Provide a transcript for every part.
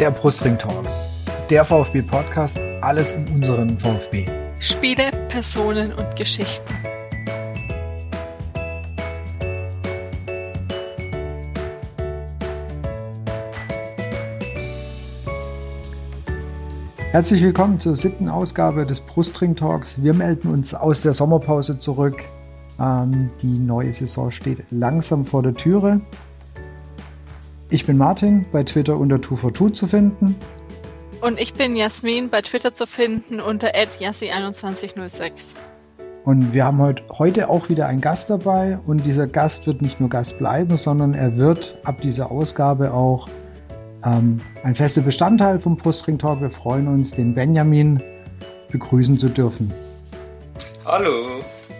Der Brustring Talk, der VfB-Podcast, alles um unseren VfB. Spiele, Personen und Geschichten. Herzlich willkommen zur 7. Ausgabe des Brustring Talks. Wir melden uns aus der Sommerpause zurück. Die neue Saison steht langsam vor der Türe. Ich bin Martin, bei Twitter unter 242 zu finden. Und ich bin Jasmin, bei Twitter zu finden unter @jassi2106. Und wir haben heute auch wieder einen Gast dabei. Und dieser Gast wird nicht nur Gast bleiben, sondern er wird ab dieser Ausgabe auch ein fester Bestandteil vom Brustring Talk. Wir freuen uns, den Benjamin begrüßen zu dürfen. Hallo.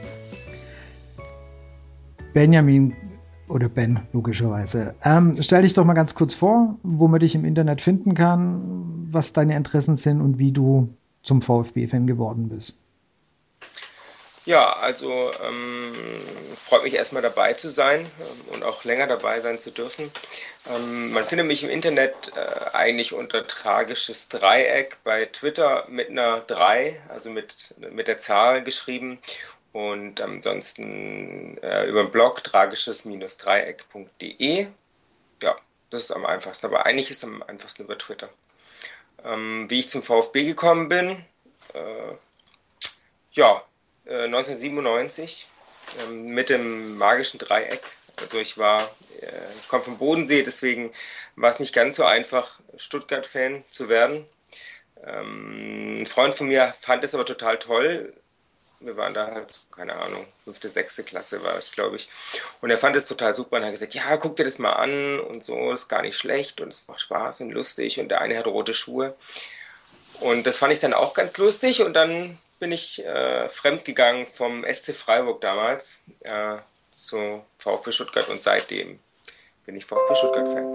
Benjamin oder Ben, logischerweise. Stell dich doch mal ganz kurz vor, wo man dich im Internet finden kann, was deine Interessen sind und wie du zum VfB-Fan geworden bist. Ja, also freut mich erstmal dabei zu sein und auch länger dabei sein zu dürfen. Man findet mich im Internet eigentlich unter Tragisches Dreieck, bei Twitter mit einer 3, also mit der Zahl geschrieben. Und ansonsten über den Blog tragisches-dreieck.de. Ja, das ist am einfachsten. Aber eigentlich ist es am einfachsten über Twitter. Wie ich zum VfB gekommen bin, 1997 mit dem magischen Dreieck. Also ich komme vom Bodensee, deswegen war es nicht ganz so einfach, Stuttgart-Fan zu werden. Ein Freund von mir fand es aber total toll. Wir waren da halt, keine Ahnung, 5., 6. Klasse war ich, glaube ich. Und er fand es total super und hat gesagt, ja, guck dir das mal an und so, ist gar nicht schlecht und es macht Spaß und lustig und der eine hat rote Schuhe. Und das fand ich dann auch ganz lustig und dann bin ich fremdgegangen vom SC Freiburg damals zu VfB Stuttgart und seitdem bin ich VfB Stuttgart-Fan.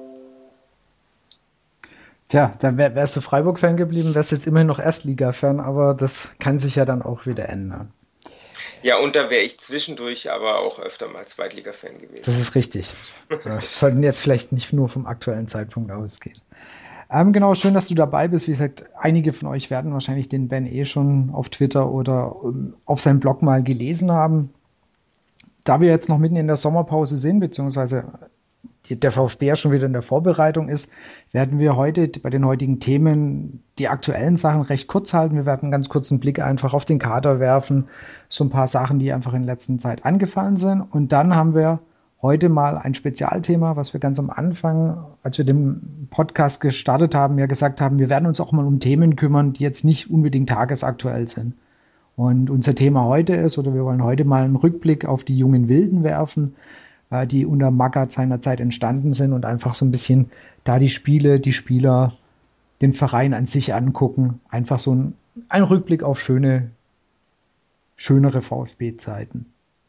Tja, dann wärst du Freiburg-Fan geblieben, wärst jetzt immerhin noch Erstliga-Fan, aber das kann sich ja dann auch wieder ändern. Ja, und da wäre ich zwischendurch aber auch öfter mal Zweitliga-Fan gewesen. Das ist richtig. Wir sollten jetzt vielleicht nicht nur vom aktuellen Zeitpunkt ausgehen. Genau, schön, dass du dabei bist. Wie gesagt, einige von euch werden wahrscheinlich den Ben schon auf Twitter oder auf seinem Blog mal gelesen haben. Da wir jetzt noch mitten in der Sommerpause sind, beziehungsweise der VfB ja schon wieder in der Vorbereitung ist, werden wir heute bei den heutigen Themen die aktuellen Sachen recht kurz halten. Wir werden einen ganz kurzen Blick einfach auf den Kader werfen, so ein paar Sachen, die einfach in letzter Zeit angefallen sind. Und dann haben wir heute mal ein Spezialthema, was wir ganz am Anfang, als wir den Podcast gestartet haben, ja gesagt haben, wir werden uns auch mal um Themen kümmern, die jetzt nicht unbedingt tagesaktuell sind. Und unser Thema heute ist, oder wir wollen heute mal einen Rückblick auf die jungen Wilden werfen, die unter Magath seinerzeit entstanden sind und einfach so ein bisschen da die Spiele, die Spieler, den Verein an sich angucken. Einfach so ein Rückblick auf schönere VfB-Zeiten.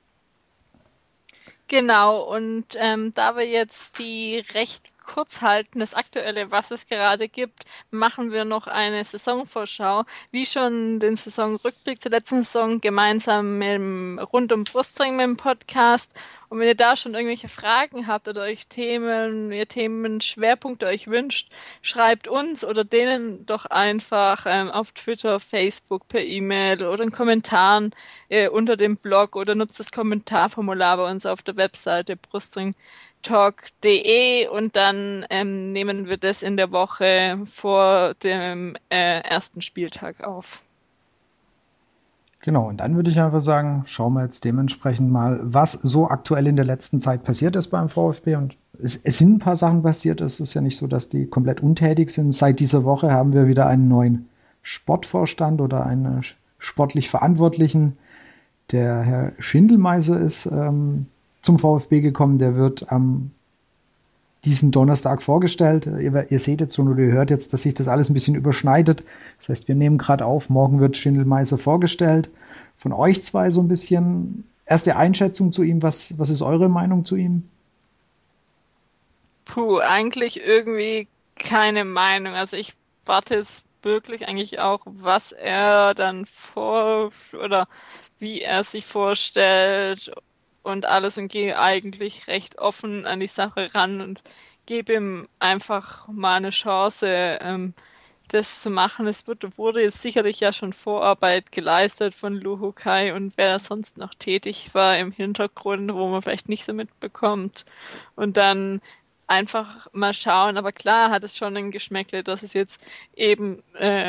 Genau, und da wir jetzt die recht kurz halten, das Aktuelle, was es gerade gibt, machen wir noch eine Saisonvorschau, wie schon den Saisonrückblick zur letzten Saison gemeinsam rund um Brustring mit dem Podcast. Und wenn ihr da schon irgendwelche Fragen habt oder euch Themenschwerpunkte euch wünscht, schreibt uns oder denen doch einfach auf Twitter, Facebook, per E-Mail oder in Kommentaren unter dem Blog oder nutzt das Kommentarformular bei uns auf der Webseite brustringtalk.de und dann nehmen wir das in der Woche vor dem ersten Spieltag auf. Genau, und dann würde ich einfach sagen, schauen wir jetzt dementsprechend mal, was so aktuell in der letzten Zeit passiert ist beim VfB. Und es sind ein paar Sachen passiert. Es ist ja nicht so, dass die komplett untätig sind. Seit dieser Woche haben wir wieder einen neuen Sportvorstand oder einen sportlich Verantwortlichen. Der Herr Schindelmeiser ist zum VfB gekommen. Der wird am diesen Donnerstag vorgestellt. Ihr seht jetzt schon oder ihr hört jetzt, dass sich das alles ein bisschen überschneidet. Das heißt, wir nehmen gerade auf, morgen wird Schindelmeiser vorgestellt. Von euch zwei so ein bisschen erste Einschätzung zu ihm. Was ist eure Meinung zu ihm? Eigentlich irgendwie keine Meinung. Also ich warte jetzt wirklich eigentlich auch, was er dann oder wie er sich vorstellt und alles und gehe eigentlich recht offen an die Sache ran und gebe ihm einfach mal eine Chance, das zu machen. Wurde jetzt sicherlich ja schon Vorarbeit geleistet von Luhu Kai und wer sonst noch tätig war im Hintergrund, wo man vielleicht nicht so mitbekommt. Und dann einfach mal schauen. Aber klar hat es schon ein Geschmäckle, dass es jetzt eben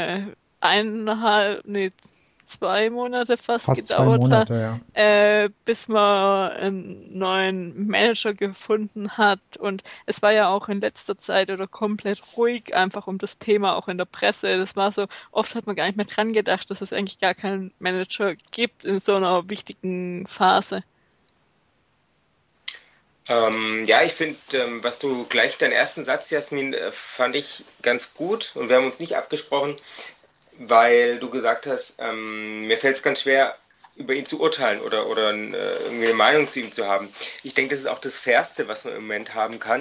2 Monate fast Fast 2 gedauert hat, Monate, ja. bis man einen neuen Manager gefunden hat. Und es war ja auch in letzter Zeit oder komplett ruhig, einfach um das Thema auch in der Presse. Das war so, oft hat man gar nicht mehr dran gedacht, dass es eigentlich gar keinen Manager gibt in so einer wichtigen Phase. Ja, ich finde, was du gleich deinen ersten Satz, Jasmin, fand ich ganz gut und wir haben uns nicht abgesprochen, weil du gesagt hast, mir fällt es ganz schwer, über ihn zu urteilen oder irgendwie eine Meinung zu ihm zu haben. Ich denke, das ist auch das Fairste, was man im Moment haben kann,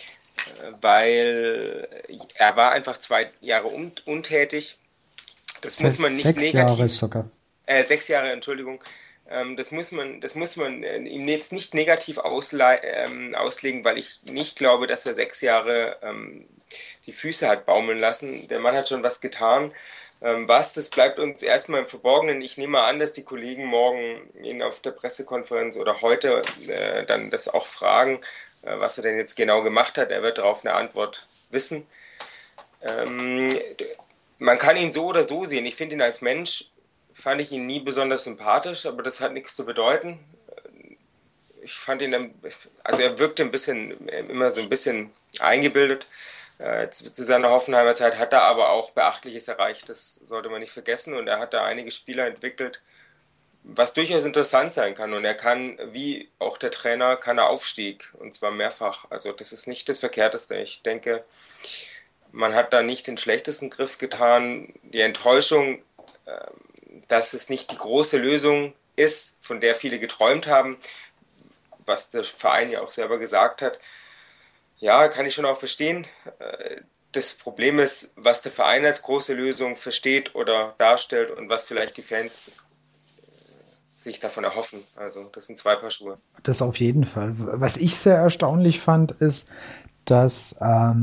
weil er war einfach 2 Jahre untätig. Das muss man nicht 6 Jahre negativ, sogar. 6 Jahre, Entschuldigung. Das muss man ihm jetzt nicht negativ auslegen, weil ich nicht glaube, dass er 6 Jahre die Füße hat baumeln lassen. Der Mann hat schon was getan. Das bleibt uns erstmal im Verborgenen. Ich nehme an, dass die Kollegen morgen ihn auf der Pressekonferenz oder heute dann das auch fragen, was er denn jetzt genau gemacht hat. Er wird darauf eine Antwort wissen. Ähm, Man kann ihn so oder so sehen. Ich finde ihn als Mensch, fand ich ihn nie besonders sympathisch, aber das hat nichts zu bedeuten. Ich fand ihn, also er wirkte immer so ein bisschen eingebildet. Zu seiner Hoffenheimer Zeit hat er aber auch Beachtliches erreicht, das sollte man nicht vergessen. Und er hat da einige Spieler entwickelt, was durchaus interessant sein kann. Und er kann, wie auch der Trainer, kann er Aufstieg, und zwar mehrfach. Also das ist nicht das Verkehrteste. Ich denke, man hat da nicht den schlechtesten Griff getan. Die Enttäuschung, dass es nicht die große Lösung ist, von der viele geträumt haben, was der Verein ja auch selber gesagt hat, ja, kann ich schon auch verstehen. Das Problem ist, was der Verein als große Lösung versteht oder darstellt und was vielleicht die Fans sich davon erhoffen. Also das sind zwei Paar Schuhe. Das auf jeden Fall. Was ich sehr erstaunlich fand, ist, dass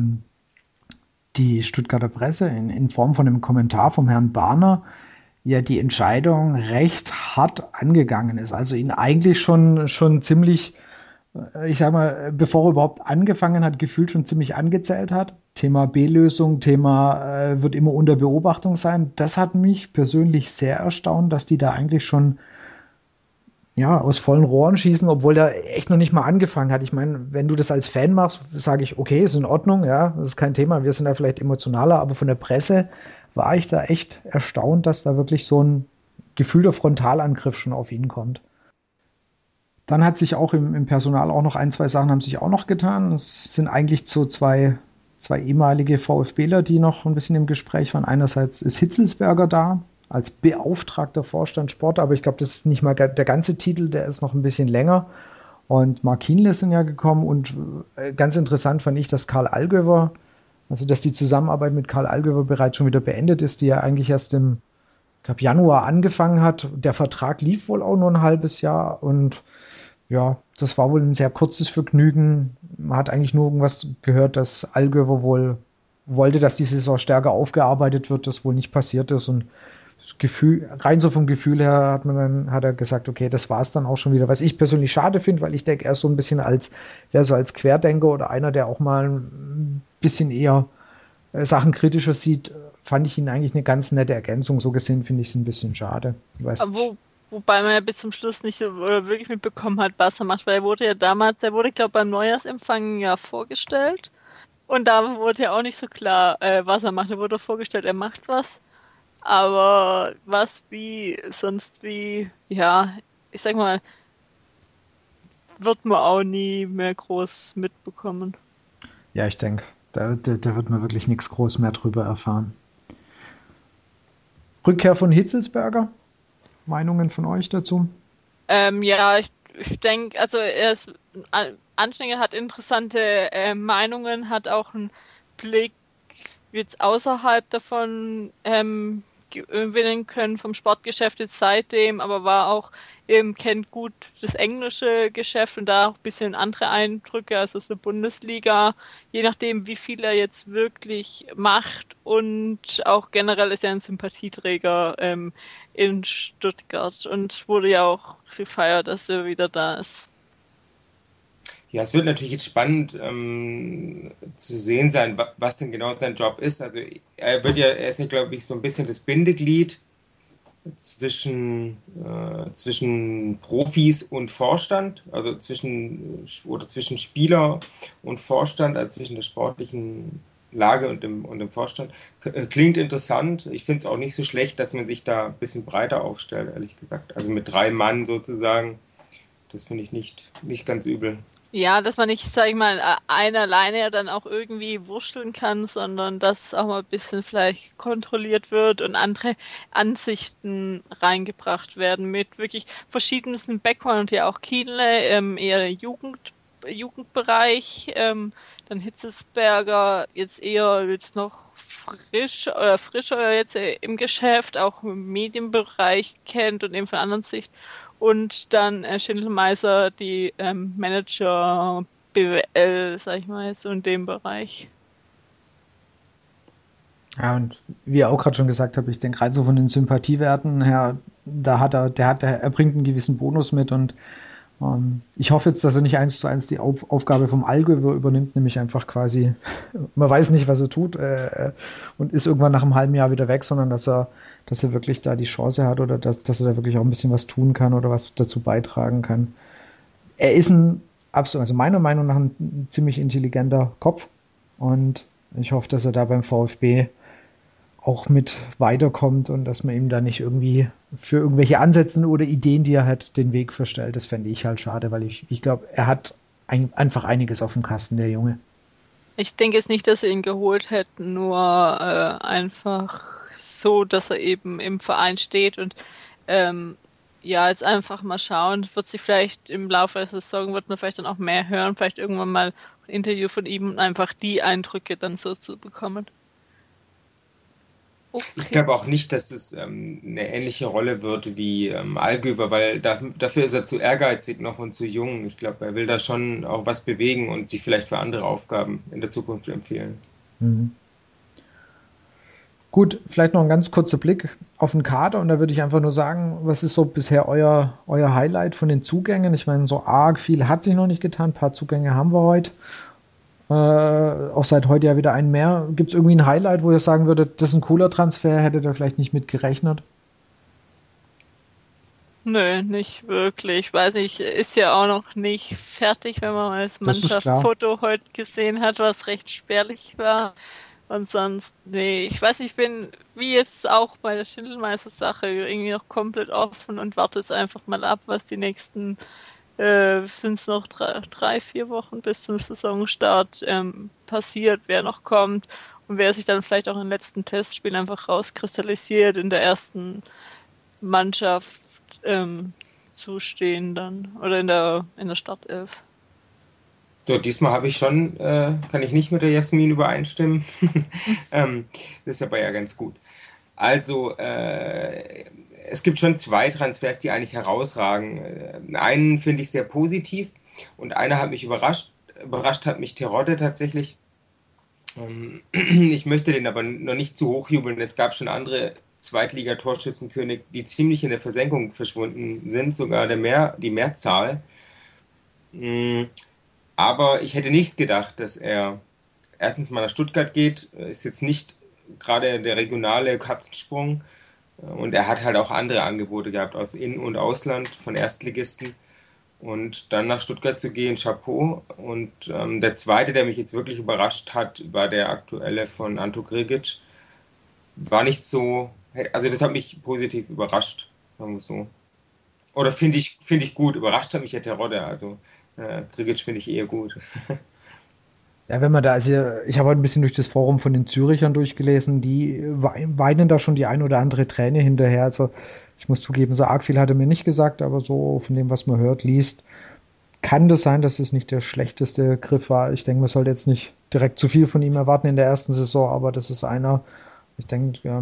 die Stuttgarter Presse in Form von einem Kommentar vom Herrn Barner ja die Entscheidung recht hart angegangen ist. Also ihn eigentlich schon ziemlich, ich sag mal, bevor er überhaupt angefangen hat, gefühlt schon ziemlich angezählt hat. Thema B-Lösung, Thema wird immer unter Beobachtung sein. Das hat mich persönlich sehr erstaunt, dass die da eigentlich schon ja, aus vollen Rohren schießen, obwohl der echt noch nicht mal angefangen hat. Ich meine, wenn du das als Fan machst, sage ich, okay, ist in Ordnung, ja, das ist kein Thema, wir sind da vielleicht emotionaler, aber von der Presse war ich da echt erstaunt, dass da wirklich so ein gefühlter Frontalangriff schon auf ihn kommt. Dann hat sich auch im Personal auch noch ein, zwei Sachen haben sich auch noch getan. Es sind eigentlich so zwei ehemalige VfBler, die noch ein bisschen im Gespräch waren. Einerseits ist Hitzelsberger da, als beauftragter Vorstand Sport, aber ich glaube, das ist nicht mal der ganze Titel, der ist noch ein bisschen länger. Und Mark Kienle sind ja gekommen und ganz interessant fand ich, dass Karl Allgöwer, also dass die Zusammenarbeit mit Karl Allgöwer bereits schon wieder beendet ist, die ja eigentlich erst im, ich glaube, Januar angefangen hat. Der Vertrag lief wohl auch nur ein halbes Jahr und ja, das war wohl ein sehr kurzes Vergnügen. Man hat eigentlich nur irgendwas gehört, dass Allgöwer wohl wollte, dass die Saison stärker aufgearbeitet wird, das wohl nicht passiert ist und Gefühl, rein so vom Gefühl her hat er gesagt, okay, das war es dann auch schon wieder. Was ich persönlich schade finde, weil ich denke, er ist so ein bisschen wäre so als Querdenker oder einer, der auch mal ein bisschen eher Sachen kritischer sieht, fand ich ihn eigentlich eine ganz nette Ergänzung. So gesehen finde ich es ein bisschen schade. Wobei man ja bis zum Schluss nicht so oder wirklich mitbekommen hat, was er macht, weil er wurde, glaube ich, beim Neujahrsempfang ja vorgestellt. Und da wurde ja auch nicht so klar, was er macht. Er wurde vorgestellt, er macht was. Aber sonst wie, ja, ich sag mal, wird man auch nie mehr groß mitbekommen. Ja, ich denke, da wird man wirklich nichts groß mehr drüber erfahren. Rückkehr von Hitzelsberger? Meinungen von euch dazu? Ja, ich denke, also Ansteiger hat interessante Meinungen, hat auch einen Blick jetzt außerhalb davon gewinnen können vom Sportgeschäft jetzt seitdem, aber kennt gut das englische Geschäft und da auch ein bisschen andere Eindrücke, also so Bundesliga, je nachdem, wie viel er jetzt wirklich macht, und auch generell ist er ein Sympathieträger in Stuttgart und wurde ja auch gefeiert, dass er wieder da ist. Ja, es wird natürlich jetzt spannend zu sehen sein, was denn genau sein Job ist. Also er ist ja, glaube ich, so ein bisschen das Bindeglied zwischen Profis und Vorstand, also zwischen Spieler und Vorstand, also zwischen der sportlichen Lage und dem Vorstand. Klingt interessant. Ich finde es auch nicht so schlecht, dass man sich da ein bisschen breiter aufstellt, ehrlich gesagt. Also mit 3 Mann sozusagen. Das finde ich nicht ganz übel. Ja, dass man nicht, sag ich mal, einer alleine ja dann auch irgendwie wursteln kann, sondern dass auch mal ein bisschen vielleicht kontrolliert wird und andere Ansichten reingebracht werden mit wirklich verschiedensten Background, ja auch Kienle, eher Jugendbereich, dann Hitzesberger jetzt noch frischer jetzt im Geschäft, auch im Medienbereich kennt und eben von anderen Sicht. Und dann Schindelmeiser, die Manager BWL, sag ich mal, so in dem Bereich. Ja, und wie ihr auch gerade schon gesagt habt, ich denke gerade so von den Sympathiewerten her, er bringt einen gewissen Bonus mit, und ich hoffe jetzt, dass er nicht 1:1 die Aufgabe vom Allgäu übernimmt, nämlich einfach quasi, man weiß nicht, was er tut, und ist irgendwann nach einem halben Jahr wieder weg, sondern dass er wirklich da die Chance hat, oder dass er da wirklich auch ein bisschen was tun kann oder was dazu beitragen kann. Er ist also meiner Meinung nach ein ziemlich intelligenter Kopf, und ich hoffe, dass er da beim VfB auch mit weiterkommt und dass man ihm da nicht irgendwie für irgendwelche Ansätze oder Ideen, die er hat, den Weg verstellt. Das fände ich halt schade, weil ich glaube, er hat einfach einiges auf dem Kasten, der Junge. Ich denke jetzt nicht, dass sie ihn geholt hätten, nur einfach so, dass er eben im Verein steht und ja, jetzt einfach mal schauen, wird sich vielleicht im Laufe der Saison, wird man vielleicht dann auch mehr hören, vielleicht irgendwann mal ein Interview von ihm und einfach die Eindrücke dann so zu bekommen. Okay. Ich glaube auch nicht, dass es eine ähnliche Rolle wird wie Allgöwer, weil dafür ist er zu ehrgeizig noch und zu jung. Ich glaube, er will da schon auch was bewegen und sich vielleicht für andere Aufgaben in der Zukunft empfehlen. Mhm. Gut, vielleicht noch ein ganz kurzer Blick auf den Kader, und da würde ich einfach nur sagen, was ist so bisher euer Highlight von den Zugängen? Ich meine, so arg viel hat sich noch nicht getan, ein paar Zugänge haben wir heute. Auch seit heute ja wieder einen mehr. Gibt es irgendwie ein Highlight, wo ihr sagen würdet, das ist ein cooler Transfer, hättet ihr vielleicht nicht mit gerechnet? Nö, nicht wirklich. Weiß nicht, ist ja auch noch nicht fertig, wenn man mal das Mannschaftsfoto heute gesehen hat, was recht spärlich war. Und sonst, nee, ich weiß nicht, ich bin wie jetzt auch bei der Schindelmeister-Sache irgendwie noch komplett offen und warte jetzt einfach mal ab, was die nächsten sind es noch 3-4 Wochen bis zum Saisonstart passiert, wer noch kommt und wer sich dann vielleicht auch im letzten Testspiel einfach rauskristallisiert, in der ersten Mannschaft zustehen dann oder in der Startelf. So, diesmal habe ich schon, kann ich nicht mit der Jasmin übereinstimmen. Das ist aber ja ganz gut. Also, es gibt schon 2 Transfers, die eigentlich herausragen. Einen finde ich sehr positiv und einer hat mich überrascht. Überrascht hat mich Terodde tatsächlich. Ich möchte den aber noch nicht zu hoch jubeln. Es gab schon andere Zweitliga-Torschützenkönig, die ziemlich in der Versenkung verschwunden sind, sogar die Mehrzahl. Aber ich hätte nicht gedacht, dass er erstens mal nach Stuttgart geht. Ist jetzt nicht gerade der regionale Katzensprung. Und er hat halt auch andere Angebote gehabt aus In- und Ausland von Erstligisten. Und dann nach Stuttgart zu gehen, Chapeau. Und der zweite, der mich jetzt wirklich überrascht hat, war der aktuelle von Anto Grigic. War nicht so, also das hat mich positiv überrascht, sagen wir so. Oder finde ich gut. Überrascht hat mich ja Terodde, also Grigic finde ich eher gut. Ja, wenn man da, also ich habe heute ein bisschen durch das Forum von den Zürichern durchgelesen, die weinen da schon die ein oder andere Träne hinterher. Also ich muss zugeben, so arg viel hat er mir nicht gesagt, aber so von dem, was man hört, liest, kann das sein, dass es nicht der schlechteste Griff war. Ich denke, man sollte jetzt nicht direkt zu viel von ihm erwarten in der ersten Saison, aber das ist einer, ich denke,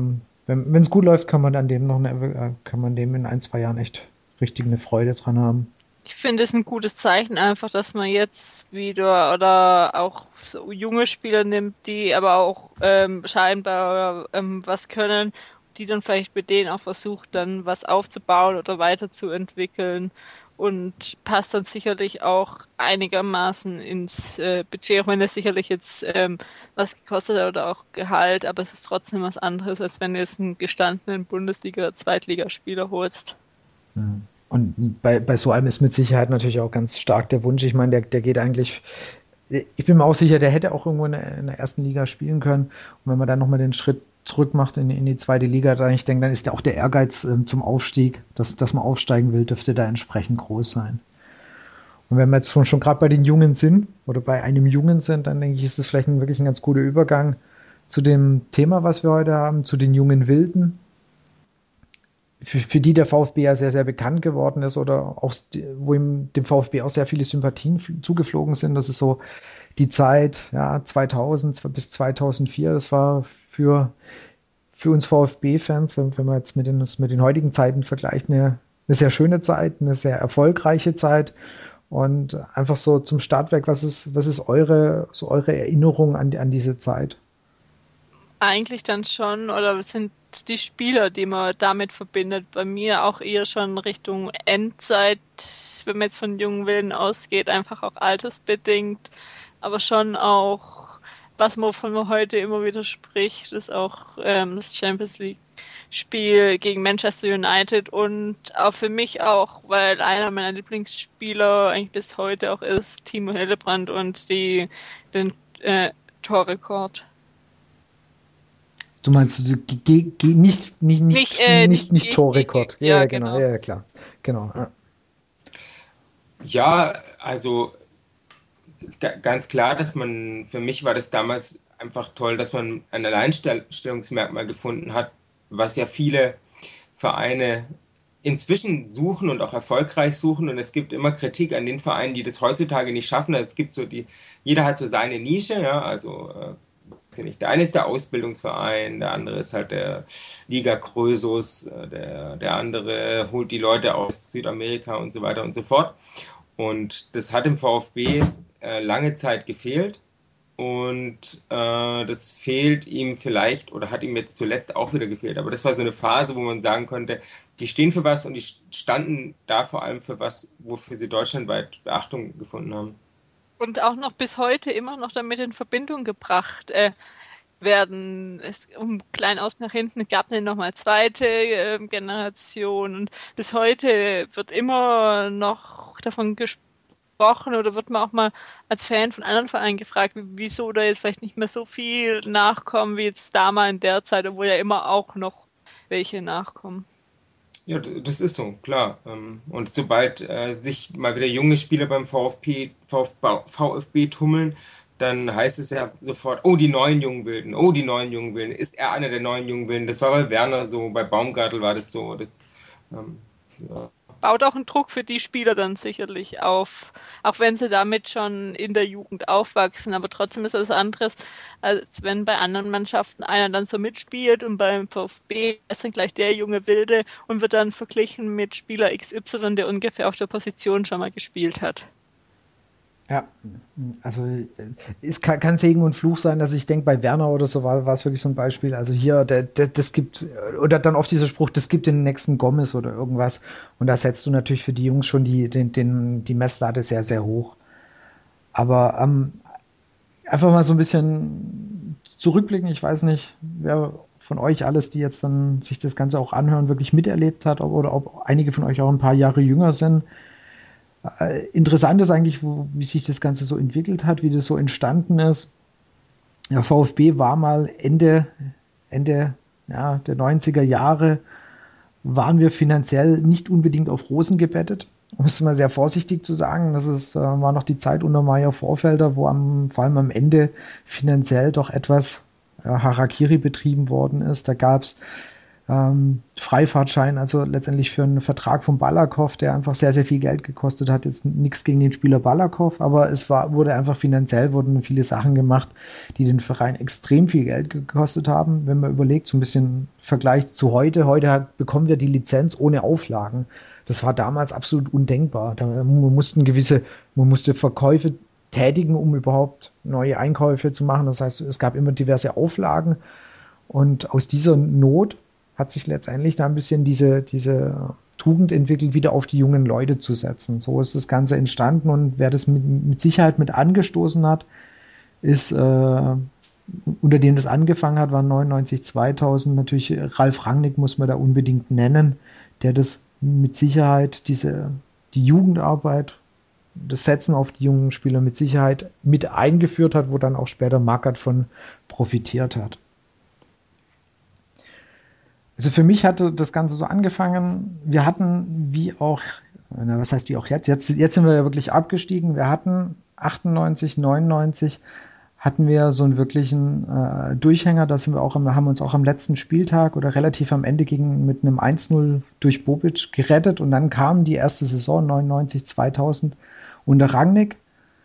wenn es gut läuft, kann man dem in 1, 2 Jahren echt richtig eine Freude dran haben. Ich finde es ein gutes Zeichen einfach, dass man jetzt wieder oder auch so junge Spieler nimmt, die aber auch scheinbar was können, die dann vielleicht mit denen auch versucht, dann was aufzubauen oder weiterzuentwickeln und passt dann sicherlich auch einigermaßen ins Budget, auch wenn es sicherlich jetzt was gekostet hat oder auch Gehalt, aber es ist trotzdem was anderes, als wenn du jetzt einen gestandenen Bundesliga-Zweitligaspieler holst. Und bei so einem ist mit Sicherheit natürlich auch ganz stark der Wunsch. Ich meine, der geht eigentlich, ich bin mir auch sicher, der hätte auch irgendwo in der ersten Liga spielen können. Und wenn man dann nochmal den Schritt zurück macht in die zweite Liga, dann, ich denke, dann ist auch der Ehrgeiz zum Aufstieg, dass man aufsteigen will, dürfte da entsprechend groß sein. Und wenn wir jetzt schon gerade bei den Jungen sind oder bei einem Jungen sind, dann denke ich, ist es vielleicht wirklich ein ganz guter Übergang zu dem Thema, was wir heute haben, zu den jungen Wilden. Für die der VfB ja sehr, sehr bekannt geworden ist oder auch wo ihm dem VfB auch sehr viele Sympathien zugeflogen sind. Das ist so die Zeit, ja, 2000 bis 2004. Das war für uns VfB-Fans, wenn man jetzt mit den heutigen Zeiten vergleicht, eine sehr schöne Zeit, eine sehr erfolgreiche Zeit. Und einfach so zum Startwerk, was ist eure Erinnerung an diese Zeit? Eigentlich dann schon, oder sind die Spieler, die man damit verbindet, bei mir auch eher schon Richtung Endzeit, wenn man jetzt von jungen Wilden ausgeht, einfach auch altersbedingt, aber schon auch, wovon man heute immer wieder spricht, ist auch das Champions League Spiel gegen Manchester United und auch für mich auch, weil einer meiner Lieblingsspieler eigentlich bis heute auch ist, Timo Hildebrand und den Torrekord. Du meinst nicht Torrekord. Ja, genau. Ja, klar. Genau. Ja, also ganz klar, für mich war das damals einfach toll, dass man ein Alleinstellungsmerkmal gefunden hat, was ja viele Vereine inzwischen suchen und auch erfolgreich suchen. Und es gibt immer Kritik an den Vereinen, die das heutzutage nicht schaffen. Also es gibt jeder hat so seine Nische, ja, also der eine ist der Ausbildungsverein, der andere ist halt der Liga Krösus, der andere holt die Leute aus Südamerika und so weiter und so fort. Und das hat im VfB lange Zeit gefehlt und das fehlt ihm vielleicht oder hat ihm jetzt zuletzt auch wieder gefehlt. Aber das war so eine Phase, wo man sagen konnte, die stehen für was und die standen da vor allem für was, wofür sie deutschlandweit Beachtung gefunden haben. Und auch noch bis heute immer noch damit in Verbindung gebracht werden. Um klein aus nach hinten gab es nochmal zweite Generation und bis heute wird immer noch davon gesprochen oder wird man auch mal als Fan von anderen Vereinen gefragt, wieso da jetzt vielleicht nicht mehr so viel nachkommen wie jetzt damals in der Zeit, obwohl ja immer auch noch welche nachkommen. Ja, das ist so, klar. Und sobald sich mal wieder junge Spieler beim VfB tummeln, dann heißt es ja sofort, oh, die neuen Jungen Wilden, oh, die neuen Jungen Wilden. Ist er einer der neuen Jungen Wilden? Das war bei Werner so, bei Baumgartl war das so. Ja. Baut auch einen Druck für die Spieler dann sicherlich auf, auch wenn sie damit schon in der Jugend aufwachsen. Aber trotzdem ist das anderes, als wenn bei anderen Mannschaften einer dann so mitspielt und beim VfB ist dann gleich der junge Wilde und wird dann verglichen mit Spieler XY, der ungefähr auf der Position schon mal gespielt hat. Ja, also es kann Segen und Fluch sein, dass ich denke, bei Werner oder so war es wirklich so ein Beispiel. Also hier, das gibt, oder dann oft dieser Spruch, das gibt den nächsten Gomez oder irgendwas. Und da setzt du natürlich für die Jungs schon die Messlatte sehr, sehr hoch. Aber einfach mal so ein bisschen zurückblicken. Ich weiß nicht, wer von euch alles, die jetzt dann sich das Ganze auch anhören, wirklich miterlebt hat oder ob einige von euch auch ein paar Jahre jünger sind. Interessant ist eigentlich, wie sich das Ganze so entwickelt hat, wie das so entstanden ist. Der VfB war mal Ende der 90er Jahre, waren wir finanziell nicht unbedingt auf Rosen gebettet. Um es mal sehr vorsichtig zu sagen. Das war noch die Zeit unter Meyer Vorfelder, wo vor allem am Ende finanziell doch etwas Harakiri betrieben worden ist. Da gab es Freifahrtschein, also letztendlich für einen Vertrag von Balakow, der einfach sehr, sehr viel Geld gekostet hat. Jetzt nichts gegen den Spieler Balakow, aber wurde einfach finanziell, wurden viele Sachen gemacht, die den Verein extrem viel Geld gekostet haben. Wenn man überlegt, so ein bisschen Vergleich zu heute. Heute bekommen wir die Lizenz ohne Auflagen. Das war damals absolut undenkbar. Man musste Verkäufe tätigen, um überhaupt neue Einkäufe zu machen. Das heißt, es gab immer diverse Auflagen. Und aus dieser Not hat sich letztendlich da ein bisschen diese Tugend entwickelt, wieder auf die jungen Leute zu setzen. So ist das Ganze entstanden, und wer das mit Sicherheit mit angestoßen hat, ist, unter dem das angefangen hat, war 99, 2000 natürlich Ralf Rangnick, muss man da unbedingt nennen, der das mit Sicherheit die Jugendarbeit, das Setzen auf die jungen Spieler mit Sicherheit mit eingeführt hat, wo dann auch später Magath von profitiert hat. Also für mich hatte das Ganze so angefangen, wir hatten was heißt wie auch jetzt sind wir ja wirklich abgestiegen, wir hatten 98, 99 hatten wir so einen wirklichen Durchhänger, da haben wir uns auch am letzten Spieltag oder relativ am Ende mit einem 1-0 durch Bobic gerettet, und dann kam die erste Saison 99, 2000 unter Rangnick,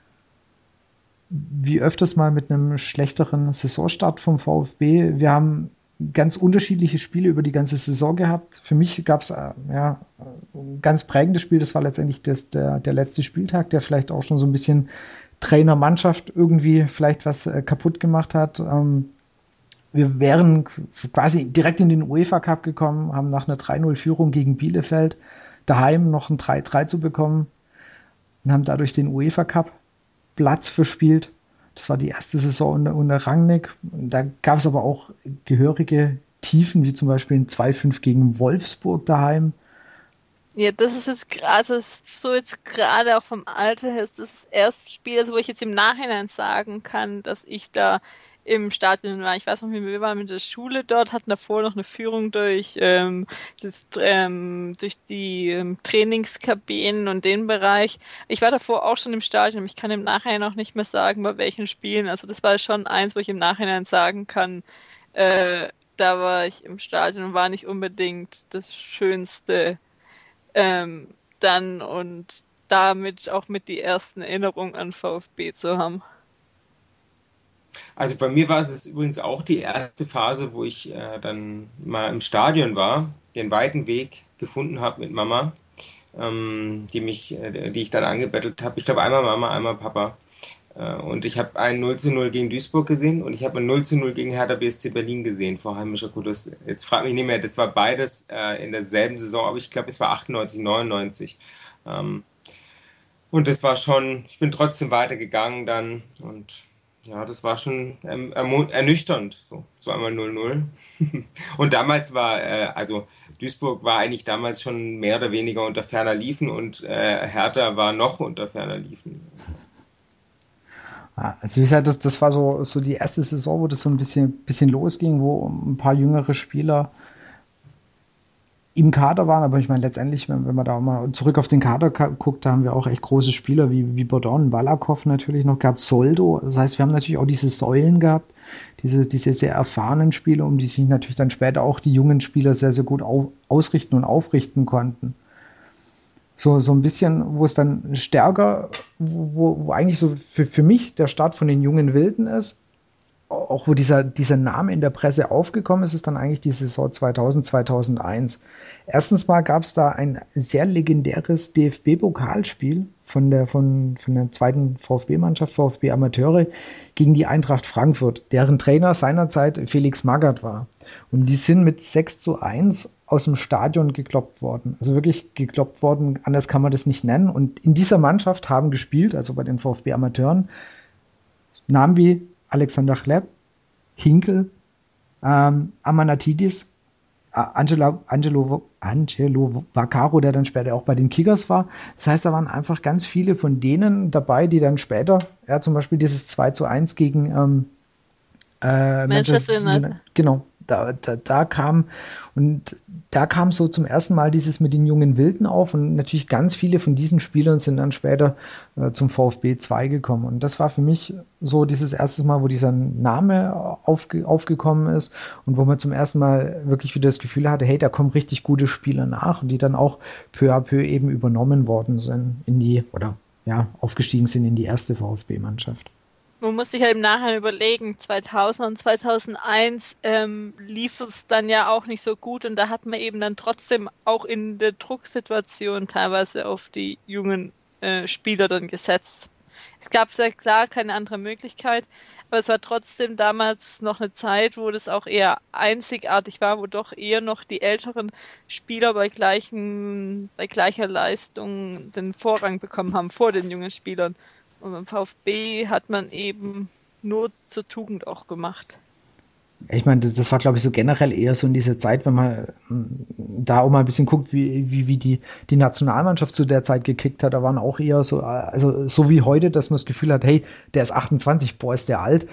wie öfters mal mit einem schlechteren Saisonstart vom VfB. Wir haben ganz unterschiedliche Spiele über die ganze Saison gehabt. Für mich gab es ein ganz prägendes Spiel, das war letztendlich der letzte Spieltag, der vielleicht auch schon so ein bisschen Trainer-Mannschaft irgendwie vielleicht was kaputt gemacht hat. Wir wären quasi direkt in den UEFA Cup gekommen, haben nach einer 3-0-Führung gegen Bielefeld daheim noch ein 3-3 zu bekommen und haben dadurch den UEFA Cup Platz verspielt. Das war die erste Saison unter Rangnick. Da gab es aber auch gehörige Tiefen, wie zum Beispiel ein 2-5 gegen Wolfsburg daheim. Ja, das ist jetzt gerade auch vom Alter her, ist das erste Spiel, also wo ich jetzt im Nachhinein sagen kann, dass ich da im Stadion war. Ich weiß noch, wir waren mit der Schule dort, hatten davor noch eine Führung durch die Trainingskabinen und den Bereich. Ich war davor auch schon im Stadion, ich kann im Nachhinein auch nicht mehr sagen, bei welchen Spielen. Also das war schon eins, wo ich im Nachhinein sagen kann, da war ich im Stadion und war nicht unbedingt das Schönste dann, und damit auch mit die ersten Erinnerungen an VfB zu haben. Also bei mir war es übrigens auch die erste Phase, wo ich dann mal im Stadion war, den weiten Weg gefunden habe mit Mama, die ich dann angebettelt habe. Ich glaube einmal Mama, einmal Papa. Und ich habe ein 0-0 gegen Duisburg gesehen, und ich habe ein 0-0 gegen Hertha BSC Berlin gesehen, vor heimischer Kulisse. Jetzt frag mich nicht mehr, das war beides in derselben Saison, aber ich glaube, es war 98, 99. Und das war schon, ich bin trotzdem weitergegangen dann, und ja, das war schon ernüchternd, so 2-0. Und damals also Duisburg war eigentlich damals schon mehr oder weniger unter ferner Liefen, und Hertha war noch unter ferner Liefen. Also wie gesagt, das war so die erste Saison, wo das so ein bisschen losging, wo ein paar jüngere Spieler im Kader waren, aber ich meine letztendlich, wenn man da mal zurück auf den Kader guckt, da haben wir auch echt große Spieler wie Bordon, Balakow natürlich noch gehabt, Soldo. Das heißt, wir haben natürlich auch diese Säulen gehabt, diese sehr erfahrenen Spieler, um die sich natürlich dann später auch die jungen Spieler sehr, sehr gut ausrichten und aufrichten konnten. So ein bisschen, wo es dann stärker, wo eigentlich so für mich der Start von den jungen Wilden ist, auch wo dieser Name in der Presse aufgekommen ist, ist dann eigentlich die Saison 2000, 2001. Erstens mal gab es da ein sehr legendäres DFB-Pokalspiel von der zweiten VfB-Mannschaft, VfB Amateure, gegen die Eintracht Frankfurt, deren Trainer seinerzeit Felix Magath war. Und die sind mit 6-1 aus dem Stadion gekloppt worden. Also wirklich gekloppt worden, anders kann man das nicht nennen. Und in dieser Mannschaft haben gespielt, also bei den VfB-Amateuren, Namen wie Alexander Chleb, Hinkel, Amanatidis, Angelo Vaccaro, der dann später auch bei den Kickers war. Das heißt, da waren einfach ganz viele von denen dabei, die dann später, zum Beispiel dieses 2-1 gegen Manchester United. Genau, da kam so zum ersten Mal dieses mit den jungen Wilden auf und natürlich ganz viele von diesen Spielern sind dann später zum VfB 2 gekommen und das war für mich so dieses erste Mal, wo dieser Name aufgekommen ist und wo man zum ersten Mal wirklich wieder das Gefühl hatte, hey, da kommen richtig gute Spieler nach und die dann auch peu à peu eben übernommen worden sind aufgestiegen sind in die erste VfB-Mannschaft. Man muss sich ja im Nachhinein überlegen, 2000 und 2001 lief es dann ja auch nicht so gut und da hat man eben dann trotzdem auch in der Drucksituation teilweise auf die jungen Spieler dann gesetzt. Es gab sehr klar keine andere Möglichkeit, aber es war trotzdem damals noch eine Zeit, wo das auch eher einzigartig war, wo doch eher noch die älteren Spieler bei gleicher Leistung den Vorrang bekommen haben vor den jungen Spielern. Und beim VfB hat man eben nur zur Tugend auch gemacht. Ich meine, das war, glaube ich, so generell eher so in dieser Zeit, wenn man da auch mal ein bisschen guckt, wie die Nationalmannschaft zu der Zeit gekickt hat, da waren auch eher so, also so wie heute, dass man das Gefühl hat, hey, der ist 28, boah, ist der alt.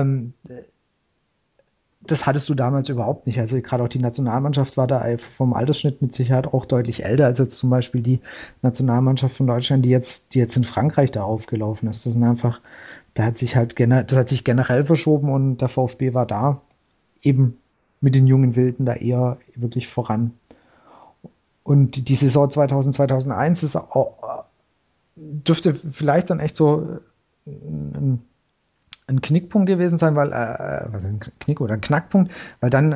Das hattest du damals überhaupt nicht. Also gerade auch die Nationalmannschaft war da vom Altersschnitt mit Sicherheit auch deutlich älter als jetzt zum Beispiel die Nationalmannschaft von Deutschland, die jetzt in Frankreich da aufgelaufen ist. Das hat sich generell verschoben und der VfB war da eben mit den jungen Wilden da eher wirklich voran. Und die Saison 2001 dürfte vielleicht dann echt so ein Knickpunkt gewesen sein, weil ein Knackpunkt, weil dann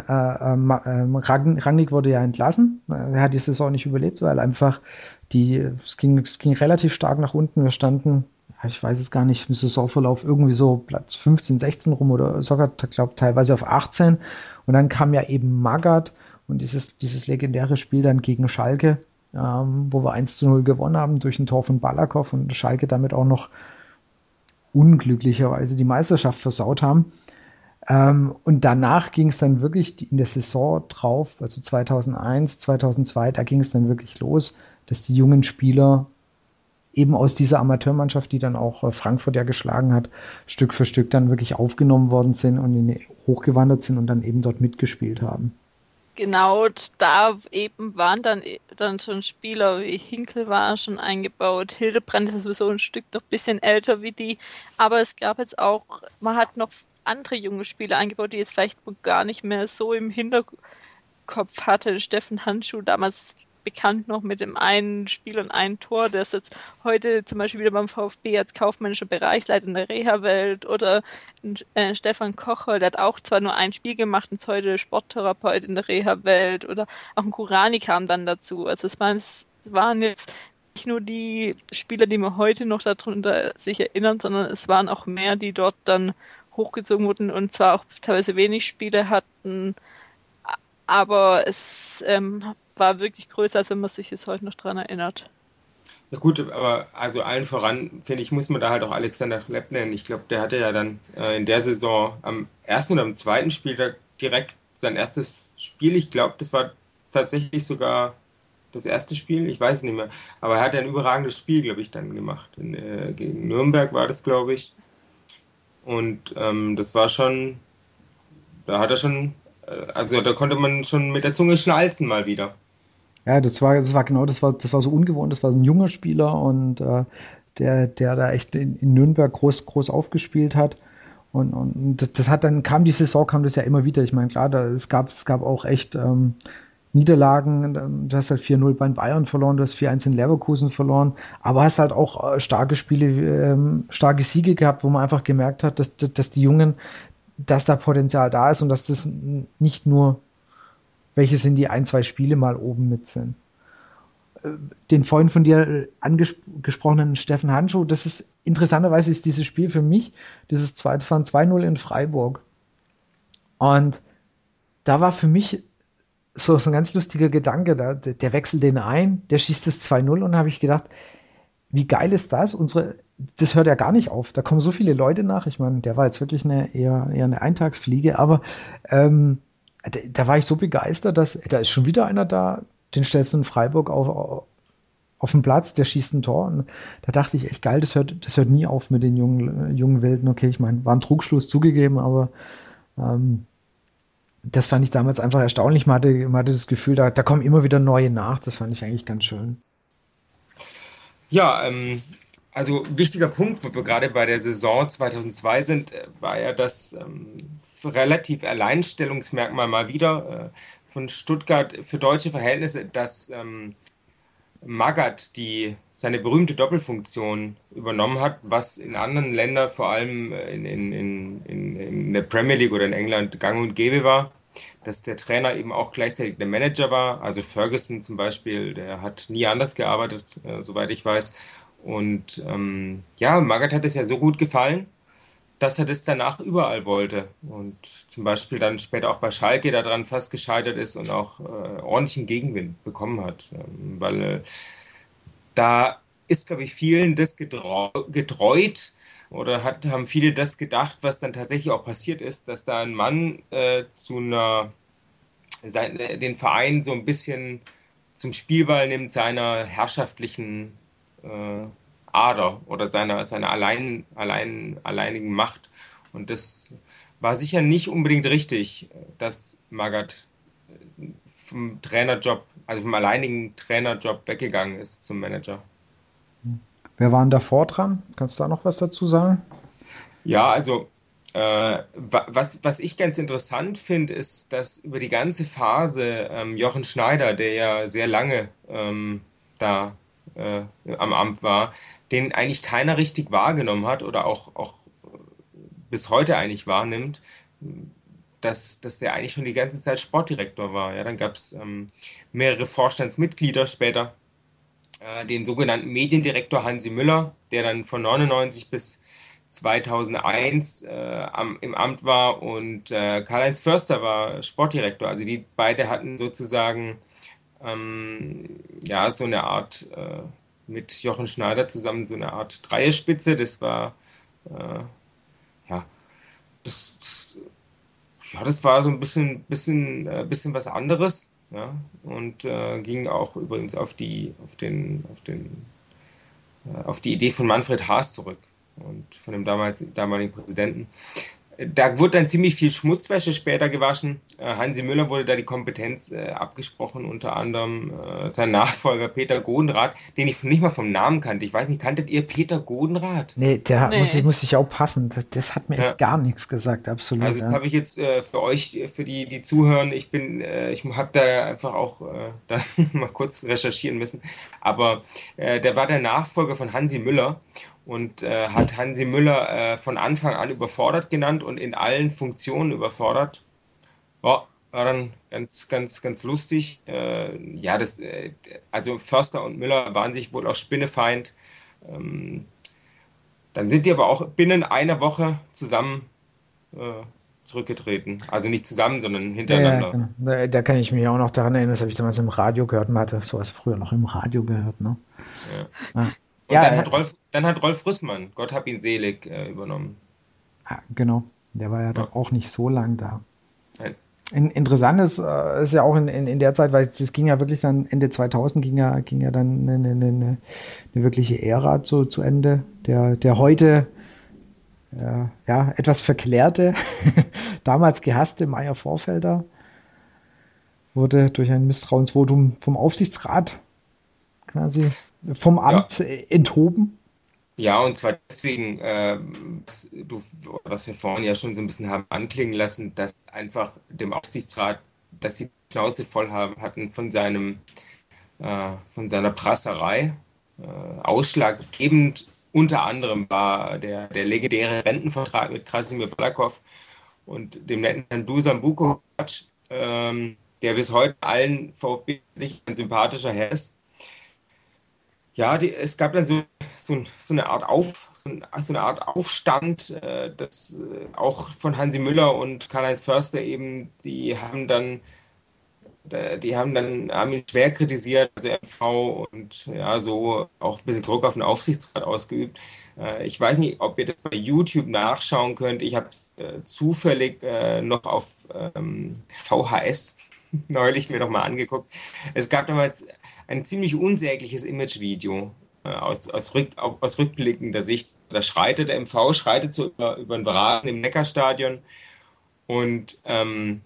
Rangnick wurde ja entlassen. Er hat die Saison nicht überlebt, weil einfach es ging relativ stark nach unten. Wir standen, ich weiß es gar nicht, im Saisonverlauf irgendwie so Platz 15, 16 rum oder sogar, ich glaube, teilweise auf 18. Und dann kam ja eben Magath und dieses legendäre Spiel dann gegen Schalke, wo wir 1:0 gewonnen haben durch ein Tor von Balakow und Schalke damit auch noch unglücklicherweise die Meisterschaft versaut haben. Und danach ging es dann wirklich in der Saison drauf, also 2001, 2002, da ging es dann wirklich los, dass die jungen Spieler eben aus dieser Amateurmannschaft, die dann auch Frankfurt ja geschlagen hat, Stück für Stück dann wirklich aufgenommen worden sind und hochgewandert sind und dann eben dort mitgespielt haben. Genau, da eben waren dann schon Spieler wie Hinkel war schon eingebaut, Hildebrand ist sowieso ein Stück noch ein bisschen älter wie die, aber es gab jetzt auch, man hat noch andere junge Spieler eingebaut, die jetzt vielleicht gar nicht mehr so im Hinterkopf hatte. Steffen Handschuh, damals bekannt noch mit dem einen Spiel und ein Tor, der ist jetzt heute zum Beispiel wieder beim VfB als kaufmännischer Bereichsleiter in der Reha-Welt oder Stefan Kocher, der hat auch zwar nur ein Spiel gemacht und ist heute Sporttherapeut in der Reha-Welt oder auch ein Kurani kam dann dazu. Also es waren jetzt nicht nur die Spieler, die man heute noch darunter sich erinnern, sondern es waren auch mehr, die dort dann hochgezogen wurden und zwar auch teilweise wenig Spiele hatten, aber es war wirklich größer, als wenn man sich jetzt heute noch dran erinnert. Ja gut, aber also allen voran, finde ich, muss man da halt auch Alexander Klepp nennen. Ich glaube, der hatte ja dann in der Saison am ersten oder am zweiten Spieltag direkt sein erstes Spiel. Ich glaube, das war tatsächlich sogar das erste Spiel, ich weiß es nicht mehr. Aber er hat ja ein überragendes Spiel, glaube ich, dann gemacht. Gegen Nürnberg war das, glaube ich. Und das war schon, da hat er schon, also da konnte man schon mit der Zunge schnalzen mal wieder. Ja, das war so ungewohnt, das war ein junger Spieler und der da echt in Nürnberg groß aufgespielt hat. Und das hat dann, kam das ja immer wieder. Ich meine, klar, es gab auch echt Niederlagen. Du hast halt 4:0 bei Bayern verloren, du hast 4:1 in Leverkusen verloren, aber hast halt auch starke Spiele, starke Siege gehabt, wo man einfach gemerkt hat, dass die Jungen, dass da Potenzial da ist und dass das nicht nur welche sind die 1-2 Spiele mal oben mit sind. Den vorhin von dir angesprochenen Steffen Handschuh, das ist interessanterweise ist dieses Spiel für mich, das war ein 2:0 in Freiburg. Und da war für mich so ein ganz lustiger Gedanke, der wechselt den ein, der schießt das 2:0 und da habe ich gedacht, wie geil ist das? Das hört ja gar nicht auf. Da kommen so viele Leute nach. Ich meine, der war jetzt wirklich eher eine Eintagsfliege, aber da war ich so begeistert, dass da ist schon wieder einer da, den stellst du in Freiburg auf den Platz, der schießt ein Tor. Und da dachte ich, echt geil, das hört nie auf mit den jungen Wilden. Okay, ich meine, war ein Trugschluss zugegeben, aber Das fand ich damals einfach erstaunlich. Man hatte das Gefühl, da kommen immer wieder neue nach. Das fand ich eigentlich ganz schön. Ja, also wichtiger Punkt, wo wir gerade bei der Saison 2002 sind, war ja das relativ Alleinstellungsmerkmal mal wieder von Stuttgart für deutsche Verhältnisse, dass Magath seine berühmte Doppelfunktion übernommen hat, was in anderen Ländern, vor allem in der Premier League oder in England, gang und gäbe war, dass der Trainer eben auch gleichzeitig der Manager war. Also Ferguson zum Beispiel, der hat nie anders gearbeitet, soweit ich weiß. Und ja, Magath hat es ja so gut gefallen, dass er das danach überall wollte. Und zum Beispiel dann später auch bei Schalke daran fast gescheitert ist und auch ordentlichen Gegenwind bekommen hat. Weil da ist, glaube ich, vielen das getreut oder haben viele das gedacht, was dann tatsächlich auch passiert ist, dass da ein Mann den Verein so ein bisschen zum Spielball nimmt seiner herrschaftlichen Ader oder seiner alleinigen Macht. Und das war sicher nicht unbedingt richtig, dass Magath vom Trainerjob, also vom alleinigen Trainerjob weggegangen ist zum Manager. Wer war denn davor dran? Kannst du da noch was dazu sagen? Ja, also was ich ganz interessant finde, ist, dass über die ganze Phase Jochen Schneider, der ja sehr lange da am Amt war, den eigentlich keiner richtig wahrgenommen hat oder auch bis heute eigentlich wahrnimmt, dass der eigentlich schon die ganze Zeit Sportdirektor war. Ja, dann gab es mehrere Vorstandsmitglieder später, den sogenannten Mediendirektor Hansi Müller, der dann von 99 bis 2001 im Amt war, und Karl-Heinz Förster war Sportdirektor. Also die beide hatten sozusagen ja so eine Art mit Jochen Schneider zusammen so eine Art Dreierspitze. Das war ja das, ja, das war so ein bisschen was anderes, ja, und ging auch übrigens auf die Idee von Manfred Haas zurück und von dem damaligen Präsidenten. Da wurde dann ziemlich viel Schmutzwäsche später gewaschen. Hansi Müller wurde da die Kompetenz abgesprochen, unter anderem sein Nachfolger Peter Godenrath, den ich nicht mal vom Namen kannte. Ich weiß nicht, kanntet ihr Peter Godenrath? Nee, muss ich auch passen. Das hat mir Ja. echt gar nichts gesagt, absolut. Also das Ja. habe ich jetzt für euch, für die zuhören, ich habe da einfach auch da mal kurz recherchieren müssen, aber der war der Nachfolger von Hansi Müller und hat Hansi Müller von Anfang an überfordert genannt und in allen Funktionen überfordert. Ja, war dann ganz lustig. Ja, also Förster und Müller waren sich wohl auch spinnefeind. Ähm, Dann sind die aber auch binnen einer Woche zusammen äh, zurückgetreten. Also nicht zusammen, sondern Ja, hintereinander. genau. Da kann ich mich auch noch daran erinnern, das habe ich damals im Radio gehört. Man hatte sowas früher noch im Radio gehört, ne? Ja. Ja, Und ja, dann hat Rolf Rüssmann, Gott hab ihn selig, übernommen. genau. Der war ja Ja. dann auch nicht so lang da. Nein. Interessant ist ja auch in der Zeit, weil es ging ja wirklich dann Ende 2000 ging ja dann eine wirkliche Ära zu Ende. Der heute ja etwas verklärte, damals gehasste Meyer Vorfelder wurde durch ein Misstrauensvotum vom Aufsichtsrat quasi vom Ja. Amt enthoben. Ja, und zwar deswegen, was wir vorhin ja schon so ein bisschen haben anklingen lassen, dass einfach dem Aufsichtsrat, dass sie die Schnauze voll hatten von seiner Prasserei. Ausschlaggebend unter anderem war der legendäre Rentenvertrag mit Krasimir Balakow und dem netten Herrn Dusan Bukovac, der bis heute allen VfB sich ein sympathischer Herr ist. Ja, es gab dann so eine Art so eine Art Aufstand, das auch von Hansi Müller und Karl-Heinz Förster eben, haben ihn schwer kritisiert, also MV, und ja, so auch ein bisschen Druck auf den Aufsichtsrat ausgeübt. Ich weiß nicht, ob ihr das bei YouTube nachschauen könnt. Ich habe es zufällig noch auf VHS neulich mir noch mal angeguckt. Es gab damals ein ziemlich unsägliches Imagevideo aus rückblickender Sicht. Da schreitet der MV, schreitet so über den Rasen im Neckarstadion und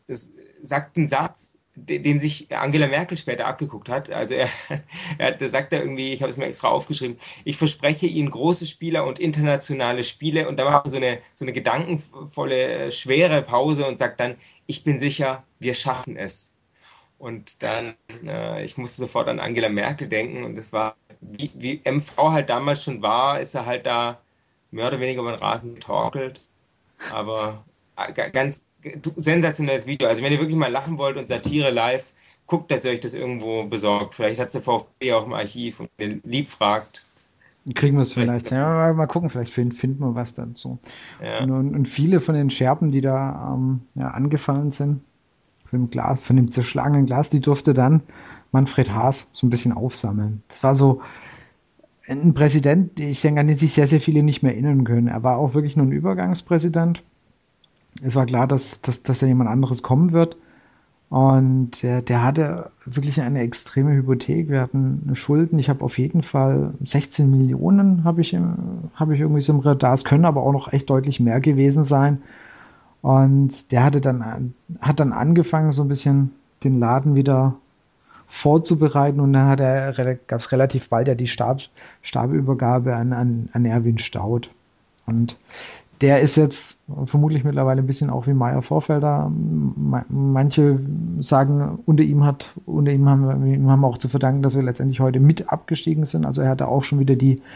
das sagt einen Satz, den sich Angela Merkel später abgeguckt hat. Also da sagt er irgendwie, ich habe es mir extra aufgeschrieben, ich verspreche Ihnen große Spieler und internationale Spiele, und da macht er so eine gedankenvolle, schwere Pause und sagt dann, ich bin sicher, wir schaffen es. Und dann, ich musste sofort an Angela Merkel denken, und das war, wie MV halt damals schon war, ist er halt da mehr oder weniger über den Rasen getorkelt. Aber ganz sensationelles Video. Also wenn ihr wirklich mal lachen wollt und Satire live, guckt, dass ihr euch das irgendwo besorgt. Vielleicht hat es der VfB auch im Archiv und ihr lieb fragt. Kriegen wir es vielleicht. Ja, mal gucken, vielleicht finden wir was dazu. Ja. Und viele von den Scherben, die da angefallen sind, von dem zerschlagenen Glas, die durfte dann Manfred Haas so ein bisschen aufsammeln. Das war so ein Präsident, ich denke, an den sich sehr, sehr viele nicht mehr erinnern können. Er war auch wirklich nur ein Übergangspräsident. Es war klar, dass da jemand anderes kommen wird. Und der hatte wirklich eine extreme Hypothek. Wir hatten Schulden. Ich habe auf jeden Fall 16 Millionen habe ich irgendwie so im Radar. Es können aber auch noch echt deutlich mehr gewesen sein. Und der hat dann angefangen, so ein bisschen den Laden wieder vorzubereiten, und dann gab es relativ bald ja die Stabübergabe an Erwin Staudt. Und der ist jetzt vermutlich mittlerweile ein bisschen auch wie Meier Vorfelder. Manche sagen, unter ihm haben wir auch zu verdanken, dass wir letztendlich heute mit abgestiegen sind. Also er hatte auch schon wieder die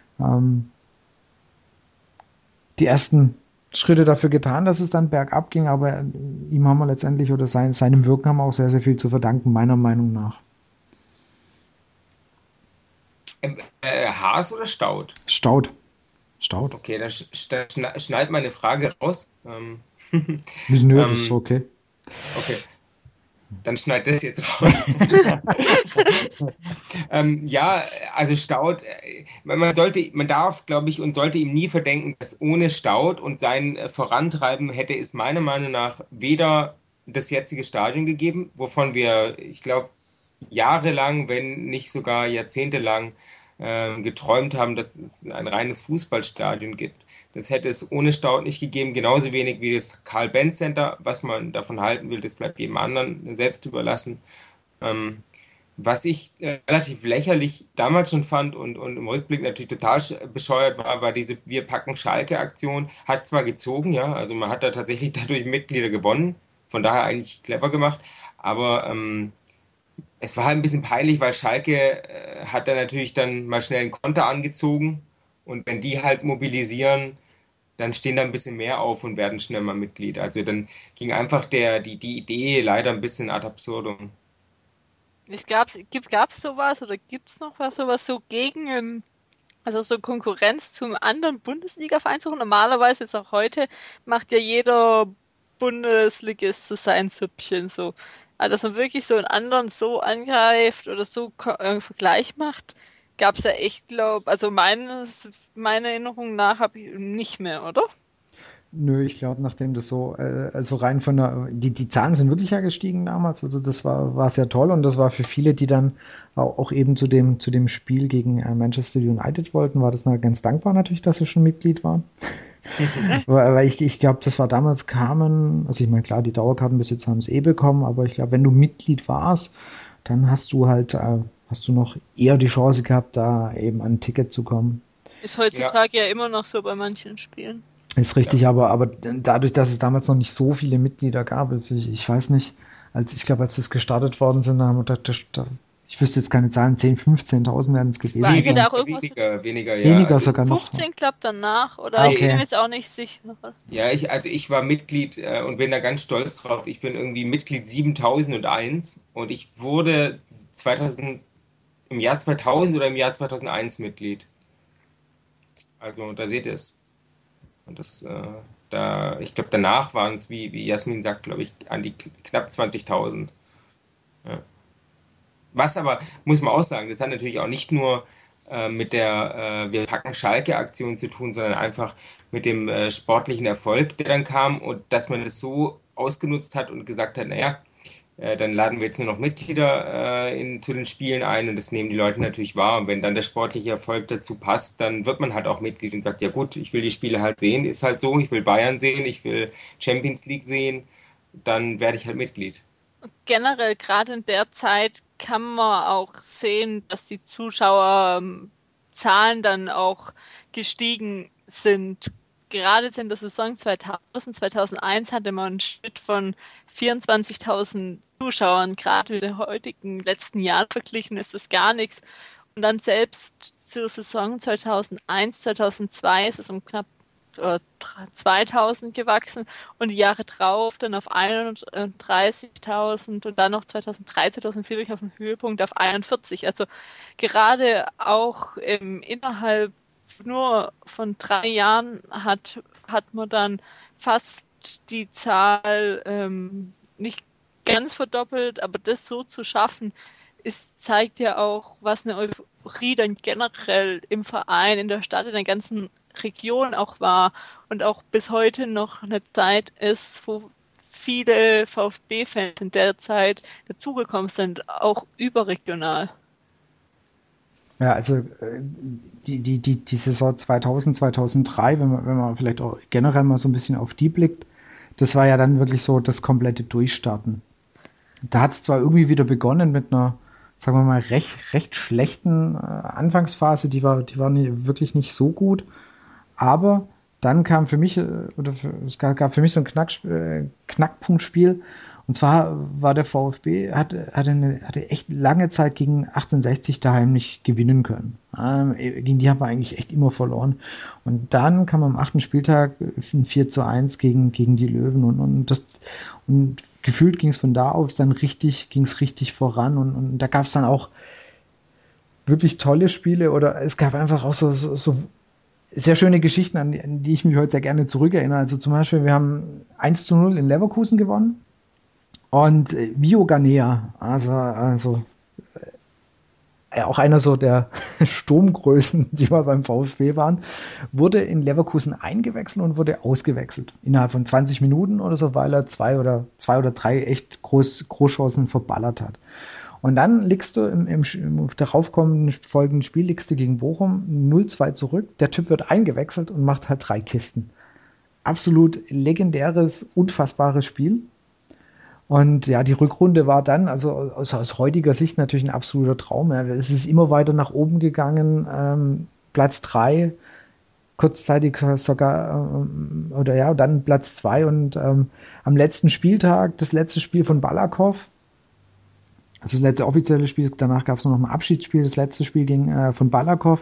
ersten Schritte dafür getan, dass es dann bergab ging, aber ihm haben wir letztendlich, oder seinem Wirken haben wir auch sehr, sehr viel zu verdanken, meiner Meinung nach. Haas oder Staudt? Staudt. Okay, dann schneid meine Frage raus. Nö, das ist okay. Okay. Dann schneid das jetzt raus. Ja, also Staudt, man darf, glaube ich, und sollte ihm nie verdenken, dass ohne Staudt und sein Vorantreiben hätte es meiner Meinung nach weder das jetzige Stadion gegeben, wovon wir, ich glaube, jahrelang, wenn nicht sogar jahrzehntelang geträumt haben, dass es ein reines Fußballstadion gibt. Das hätte es ohne Staudt nicht gegeben, genauso wenig wie das Karl-Benz-Center. Was man davon halten will, das bleibt jedem anderen selbst überlassen. Was ich relativ lächerlich damals schon fand und im Rückblick natürlich total bescheuert war diese Wir packen Schalke-Aktion. Hat zwar gezogen, ja, also man hat da tatsächlich dadurch Mitglieder gewonnen, von daher eigentlich clever gemacht, aber es war halt ein bisschen peinlich, weil Schalke hat da natürlich dann mal schnell einen Konter angezogen, und wenn die halt mobilisieren, dann stehen da ein bisschen mehr auf und werden schnell mal Mitglied. Also dann ging einfach die Idee leider ein bisschen ad absurdum. Gab's sowas oder gibt's noch sowas so gegen, also so Konkurrenz zum anderen Bundesliga-Verein suchen? Normalerweise jetzt auch heute macht ja jeder Bundesligist so sein Süppchen so. Also dass man wirklich so einen anderen so angreift oder so Vergleich macht, gab's ja echt, also meiner Erinnerung nach habe ich nicht mehr, oder? Nö, ich glaube, nachdem das so, also rein von die Zahlen sind wirklich ja gestiegen damals, also das war sehr toll, und das war für viele, die dann auch eben zu dem Spiel gegen Manchester United wollten, war das ganz dankbar natürlich, dass sie schon Mitglied waren. Weil ich glaube, das war damals also ich meine, klar, die Dauerkartenbesitzer haben es bekommen, aber ich glaube, wenn du Mitglied warst, dann hast du noch eher die Chance gehabt, da eben an ein Ticket zu kommen. Ist heutzutage ja immer noch so bei manchen Spielen. Ist richtig, ja. aber dadurch, dass es damals noch nicht so viele Mitglieder gab, also ich weiß nicht, als das gestartet worden sind, da haben wir gedacht, ich wüsste jetzt keine Zahlen, 10.000, 15.000 werden es gewesen sein. Weniger, ja. Weniger also sogar noch. 15 klappt danach, oder Okay. Ich bin mir jetzt auch nicht sicher. Ja, ich war Mitglied und bin da ganz stolz drauf. Ich bin irgendwie Mitglied 7001 und ich wurde im Jahr 2000 oder im Jahr 2001 Mitglied. Also da seht ihr es. Und das, ich glaube, danach waren es, wie Jasmin sagt, glaube ich, an die knapp 20.000. Ja. Was aber, muss man auch sagen, das hat natürlich auch nicht nur mit der Wir packen Schalke-Aktion zu tun, sondern einfach mit dem sportlichen Erfolg, der dann kam, und dass man das so ausgenutzt hat und gesagt hat, naja, dann laden wir jetzt nur noch Mitglieder zu den Spielen ein, und das nehmen die Leute natürlich wahr. Und wenn dann der sportliche Erfolg dazu passt, dann wird man halt auch Mitglied und sagt, ja gut, ich will die Spiele halt sehen, ist halt so, ich will Bayern sehen, ich will Champions League sehen. dann werde ich halt Mitglied. Generell, gerade in der Zeit kann man auch sehen, dass die Zuschauerzahlen dann auch gestiegen sind. Gerade in der Saison 2000, 2001 hatte man einen Schnitt von 24.000 Zuschauern. Gerade mit den heutigen letzten Jahren verglichen ist das gar nichts. Und dann selbst zur Saison 2001, 2002 ist es um knapp 2000 gewachsen und die Jahre drauf dann auf 31.000 und dann noch 2013, 2014 wirklich auf dem Höhepunkt auf 41. Also gerade auch innerhalb nur von 3 Jahren hat man dann fast die Zahl nicht ganz verdoppelt, aber das so zu schaffen, zeigt ja auch, was eine Euphorie dann generell im Verein, in der Stadt, in der ganzen Region auch war und auch bis heute noch eine Zeit ist, wo viele VfB-Fans in der Zeit dazugekommen sind, auch überregional. Ja, also die Saison 2000, 2003, wenn man vielleicht auch generell mal so ein bisschen auf die blickt, das war ja dann wirklich so das komplette Durchstarten. Da hat es zwar irgendwie wieder begonnen mit einer, sagen wir mal, recht schlechten Anfangsphase, die war wirklich nicht so gut, aber dann kam für mich, es gab für mich so ein Knackpunktspiel. Und zwar war der VfB, hatte echt lange Zeit gegen 1860 daheim nicht gewinnen können. Gegen die haben wir eigentlich echt immer verloren. Und dann kam am 8. Spieltag ein 4:1 gegen die Löwen. Und gefühlt ging es von da aus dann richtig voran. Und da gab es dann auch wirklich tolle Spiele oder es gab einfach auch so sehr schöne Geschichten, an die ich mich heute sehr gerne zurückerinnere. Also zum Beispiel, wir haben 1:0 in Leverkusen gewonnen und Vio Ganea, also auch einer so der Sturmgrößen, die mal beim VfB waren, wurde in Leverkusen eingewechselt und wurde ausgewechselt. Innerhalb von 20 Minuten oder so, weil er zwei oder drei echt Großchancen verballert hat. Und dann liegst du im daraufkommenden folgenden Spiel liegst du gegen Bochum 0:2 zurück. Der Typ wird eingewechselt und macht halt 3 Kisten. Absolut legendäres, unfassbares Spiel. Und ja, die Rückrunde war dann, also aus heutiger Sicht natürlich ein absoluter Traum. Ja. Es ist immer weiter nach oben gegangen. Platz 3, kurzzeitig sogar, dann Platz 2 und am letzten Spieltag, das letzte Spiel von Balakow, also das letzte offizielle Spiel, danach gab es noch ein Abschiedsspiel, das letzte Spiel von Balakow,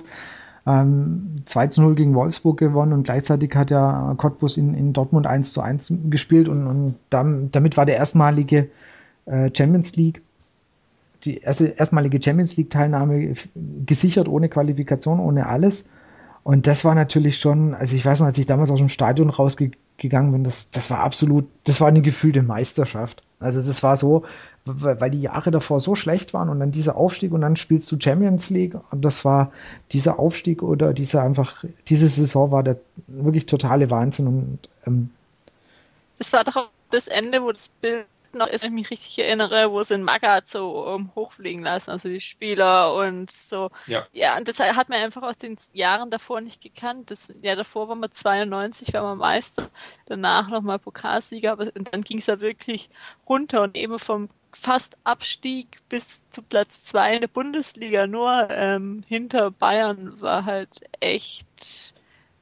2:0 gegen Wolfsburg gewonnen und gleichzeitig hat ja Cottbus in Dortmund 1:1 gespielt und damit war der erstmalige Champions League, die erstmalige Champions League Teilnahme gesichert, ohne Qualifikation, ohne alles. Und das war natürlich schon, also ich weiß noch, als ich damals aus dem Stadion rausgegangen bin, das war eine gefühlte Meisterschaft. Also das war so, weil die Jahre davor so schlecht waren und dann dieser Aufstieg und dann spielst du Champions League und das war dieser Aufstieg oder diese Saison war der wirklich totale Wahnsinn und das war doch auch das Ende, wo das Bild noch ist, wenn ich mich richtig erinnere, wo sie in Magath so hochfliegen lassen, also die Spieler und so. Ja, und das hat man einfach aus den Jahren davor nicht gekannt. Das Jahr davor war man 92, war man Meister, danach nochmal Pokalsieger, und dann ging es ja wirklich runter und eben vom fast Abstieg bis zu Platz 2 in der Bundesliga, nur hinter Bayern war halt echt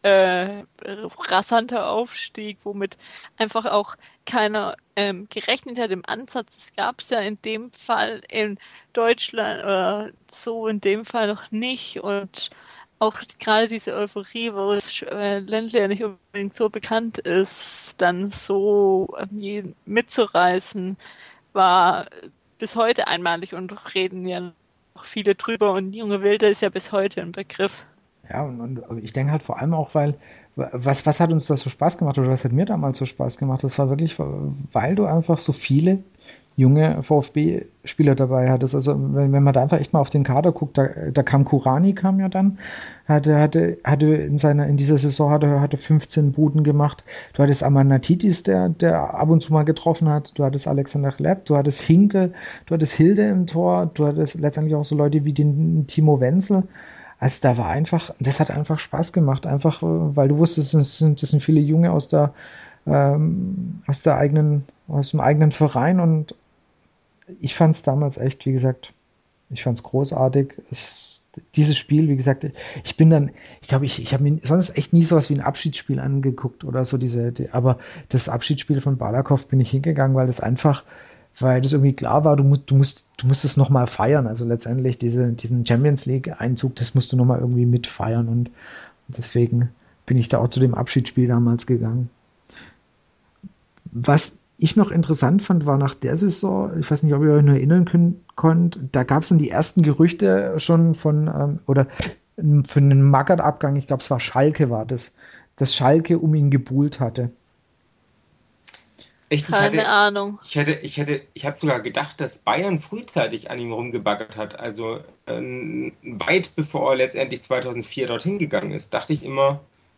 rasanter Aufstieg, womit einfach auch keiner gerechnet hat im Ansatz. Das gab es ja in dem Fall in Deutschland oder so in dem Fall noch nicht und auch gerade diese Euphorie, wo das Ländle ja nicht unbedingt so bekannt ist, dann so mitzureißen, war bis heute einmalig und reden ja noch viele drüber und Junge Wilde ist ja bis heute ein Begriff. Ja, und ich denke halt vor allem auch, weil, was hat uns das so Spaß gemacht oder was hat mir damals so Spaß gemacht? Das war wirklich, weil du einfach so viele junge VfB-Spieler dabei hattest. Also wenn man da einfach echt mal auf den Kader guckt, da kam Kurani, kam ja dann, hatte in dieser Saison hatte 15 Buden gemacht. Du hattest Amanatitis, der ab und zu mal getroffen hat. Du hattest Alexander Chleb, du hattest Hinkel, du hattest Hilde im Tor, du hattest letztendlich auch so Leute wie den Timo Wenzel. Also das hat einfach Spaß gemacht, einfach weil du wusstest, das sind viele Junge aus der aus dem eigenen Verein, und ich fand es damals echt, wie gesagt, ich fand es großartig. Dieses Spiel, wie gesagt, ich glaube, ich habe mir sonst echt nie sowas wie ein Abschiedsspiel angeguckt oder so aber das Abschiedsspiel von Balakow bin ich hingegangen, weil das irgendwie klar war, du musst es nochmal feiern. Also letztendlich diesen Champions League Einzug, das musst du nochmal irgendwie mitfeiern, und deswegen bin ich da auch zu dem Abschiedsspiel damals gegangen. Was ich noch interessant fand, war nach der Saison, ich weiß nicht, ob ihr euch noch erinnern könnt, da gab es dann die ersten Gerüchte schon oder für einen Magath-Abgang, ich glaube, es war Schalke, dass Schalke um ihn gebuhlt hatte. Echt, Keine Ahnung. Ich habe sogar gedacht, dass Bayern frühzeitig an ihm rumgebaggert hat. Also weit bevor er letztendlich 2004 dorthin gegangen ist, dachte ich immer,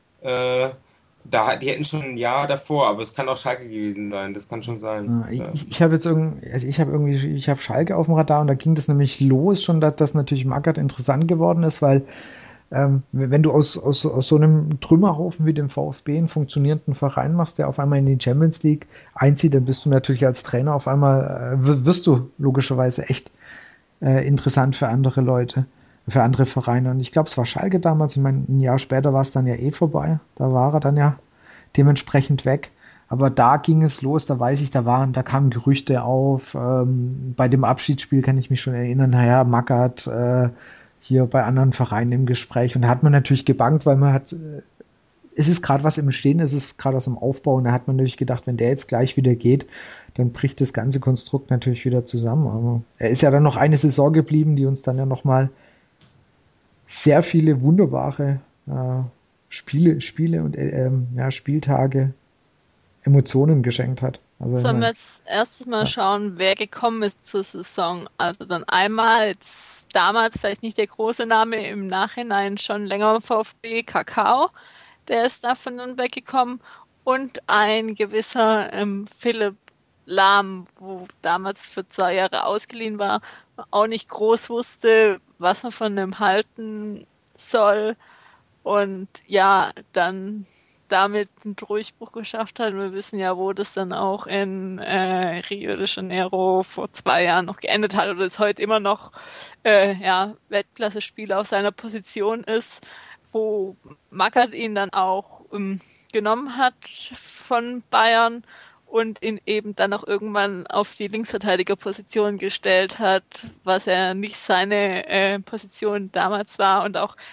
die hätten schon ein Jahr davor, aber es kann auch Schalke gewesen sein. Das kann schon sein. Ich habe jetzt ich habe Schalke auf dem Radar, und da ging das nämlich los schon, dass natürlich Magath interessant geworden ist, weil wenn du aus so einem Trümmerhaufen wie dem VfB einen funktionierenden Verein machst, der auf einmal in die Champions League einzieht, dann bist du natürlich als Trainer auf einmal, wirst du logischerweise echt interessant für andere Leute, für andere Vereine. Und ich glaube, es war Schalke damals. Ich meine, ein Jahr später war es dann ja vorbei. Da war er dann ja dementsprechend weg. Aber da ging es los, da weiß ich, da kamen Gerüchte auf. Bei dem Abschiedsspiel kann ich mich schon erinnern, naja, Magath hier bei anderen Vereinen im Gespräch. Und da hat man natürlich gebangt, weil es ist gerade was im Stehen, es ist gerade was im Aufbau. Und da hat man natürlich gedacht, wenn der jetzt gleich wieder geht, dann bricht das ganze Konstrukt natürlich wieder zusammen. Aber er ist ja dann noch eine Saison geblieben, die uns dann ja nochmal sehr viele wunderbare Spiele und Spieltage, Emotionen geschenkt hat. Also, Sollen wir jetzt erstes Mal schauen, wer gekommen ist zur Saison? Also dann einmal jetzt damals vielleicht nicht der große Name, im Nachhinein schon länger im VfB, Kakao, der ist davon dann weggekommen, und ein gewisser Philipp Lahm, wo damals für 2 Jahre ausgeliehen war, auch nicht groß wusste, was er von dem halten soll, und ja, dann damit einen Durchbruch geschafft hat. Wir wissen ja, wo das dann auch in Rio de Janeiro vor 2 Jahren noch geendet hat, oder es heute immer noch Weltklasse-Spieler auf seiner Position ist, wo Magath ihn dann auch genommen hat von Bayern und ihn eben dann auch irgendwann auf die Linksverteidigerposition gestellt hat, was ja nicht seine Position damals war, und auch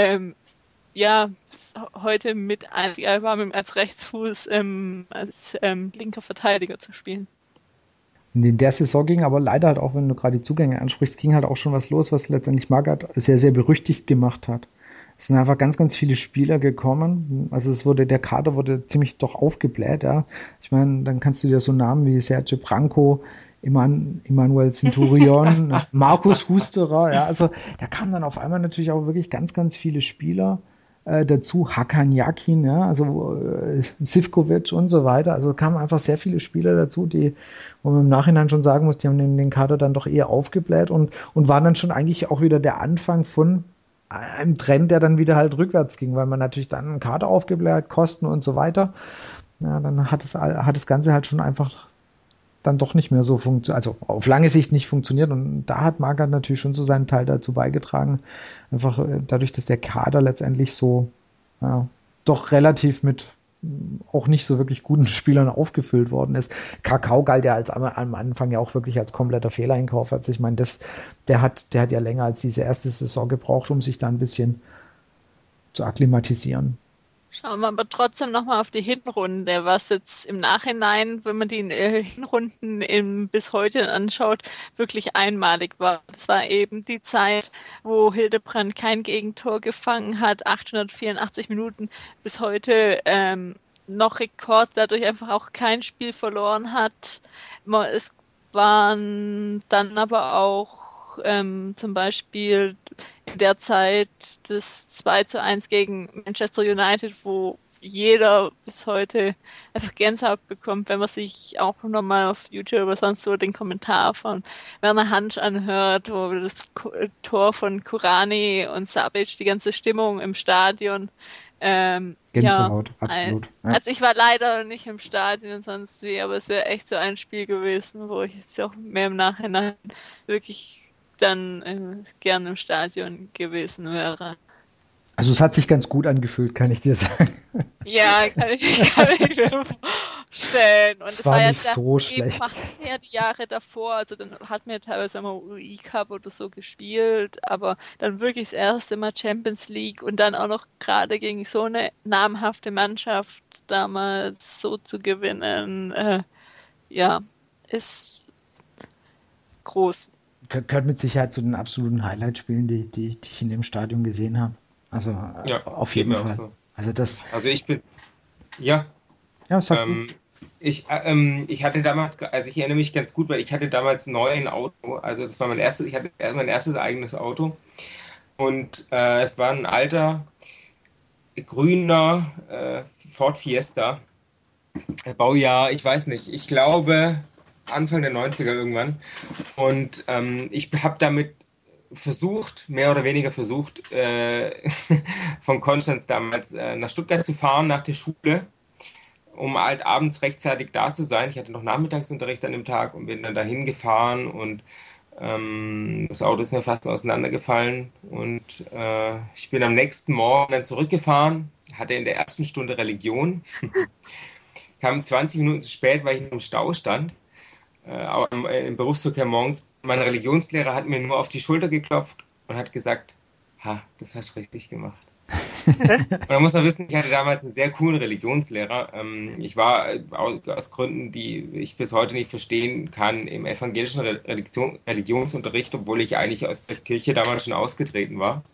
heute mit einziger war, als Rechtsfuß als linker Verteidiger zu spielen. Und in der Saison ging aber leider halt auch, wenn du gerade die Zugänge ansprichst, ging halt auch schon was los, was letztendlich Magath sehr, sehr berüchtigt gemacht hat. Es sind einfach ganz, ganz viele Spieler gekommen. Also der Kader wurde ziemlich doch aufgebläht, ja. Ich meine, dann kannst du dir so Namen wie Serge Branco, Emmanuel Centurion, Markus Husterer, ja, also da kamen dann auf einmal natürlich auch wirklich ganz, ganz viele Spieler dazu, Hakan Yakin, ja, also Sivkovic und so weiter. Also kamen einfach sehr viele Spieler dazu, wo man im Nachhinein schon sagen muss, die haben den Kader dann doch eher aufgebläht und waren dann schon eigentlich auch wieder der Anfang von einem Trend, der dann wieder halt rückwärts ging, weil man natürlich dann einen Kader aufgebläht, Kosten und so weiter. Ja, dann hat das Ganze halt schon einfach dann doch nicht mehr so funktioniert, also auf lange Sicht nicht funktioniert, und da hat Magath natürlich schon so seinen Teil dazu beigetragen, einfach dadurch, dass der Kader letztendlich so doch relativ mit auch nicht so wirklich guten Spielern aufgefüllt worden ist. Kakao galt ja am Anfang ja auch wirklich als kompletter Fehleinkauf. Also ich meine, der hat ja länger als diese erste Saison gebraucht, um sich da ein bisschen zu akklimatisieren. Schauen wir aber trotzdem nochmal auf die Hinrunde, was jetzt im Nachhinein, wenn man die Hinrunden bis heute anschaut, wirklich einmalig war. Das war eben die Zeit, wo Hildebrand kein Gegentor gefangen hat, 884 Minuten bis heute noch Rekord, dadurch einfach auch kein Spiel verloren hat. Es waren dann aber auch zum Beispiel in der Zeit das 2:1 gegen Manchester United, wo jeder bis heute einfach Gänsehaut bekommt, wenn man sich auch nochmal auf YouTube oder sonst so den Kommentar von Werner Hansch anhört, wo das Tor von Kurani und Sabic, die ganze Stimmung im Stadion Gänsehaut, ja, absolut. Ja. also ich war leider nicht im Stadion und sonst wie, aber es wäre echt so ein Spiel gewesen, wo ich jetzt auch mehr im Nachhinein wirklich dann gerne im Stadion gewesen wäre. Also es hat sich ganz gut angefühlt, kann ich dir sagen. Ja, kann ich mir vorstellen. Und Es es war war nicht jetzt so eben schlecht. macht ja die Jahre davor, also dann hat mir teilweise mal UI Cup oder so gespielt, aber dann wirklich das erste Mal Champions League und dann auch noch gerade gegen so eine namhafte Mannschaft damals so zu gewinnen, ja, ist groß. Gehört mit Sicherheit zu den absoluten Highlight-Spielen, die ich in dem Stadion gesehen habe. Also Ja, auf geht jeden mir auch Fall. so. Also das, Also ich bin, ja, ja, sag du. ähm, ich hatte damals, also ich erinnere mich ganz gut, weil ich hatte damals neu ein Auto, also das war ich hatte mein erstes eigenes Auto und es war ein alter, grüner Ford Fiesta, Baujahr, ich weiß nicht, ich glaube Anfang der 90er irgendwann und ich habe damit versucht, mehr oder weniger versucht, von Konstanz damals nach Stuttgart zu fahren, nach der Schule, um halt abends rechtzeitig da zu sein. Ich hatte noch Nachmittagsunterricht an dem Tag und bin dann dahin gefahren und das Auto ist mir fast auseinandergefallen und ich bin am nächsten Morgen dann zurückgefahren, hatte in der ersten Stunde Religion, kam 20 Minuten zu spät, weil ich im Stau stand. Aber im Berufsverkehr morgens, mein Religionslehrer hat mir nur auf die Schulter geklopft und hat gesagt, ha, das hast du richtig gemacht. Und man muss noch wissen, ich hatte damals einen sehr coolen Religionslehrer. Ich war aus Gründen, die ich bis heute nicht verstehen kann, im evangelischen Religionsunterricht, obwohl ich eigentlich aus der Kirche damals schon ausgetreten war.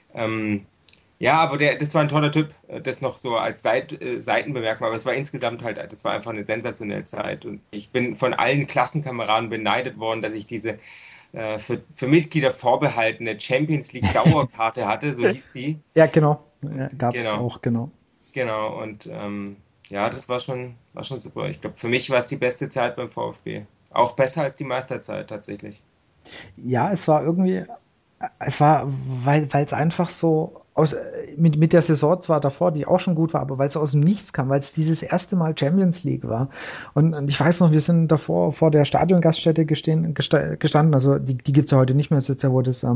Ja, aber das war ein toller Typ, das noch so als Seitenbemerkmal, aber es war insgesamt halt, das war einfach eine sensationelle Zeit und ich bin von allen Klassenkameraden beneidet worden, dass ich diese für Mitglieder vorbehaltene Champions League Dauerkarte hatte, so hieß die. Ja, genau. Ja, gab es Genau, auch, genau. genau und ja, das war schon super. Ich glaube, für mich war es die beste Zeit beim VfB. Auch besser als die Meisterzeit tatsächlich. Ja, es war irgendwie, es war, weil es einfach so mit der Saison zwar davor, die auch schon gut war, aber weil es aus dem Nichts kam, weil es dieses erste Mal Champions League war. Und ich weiß noch, wir sind davor vor der Stadiongaststätte gestanden, also die gibt es ja heute nicht mehr, es ist jetzt ja, wo das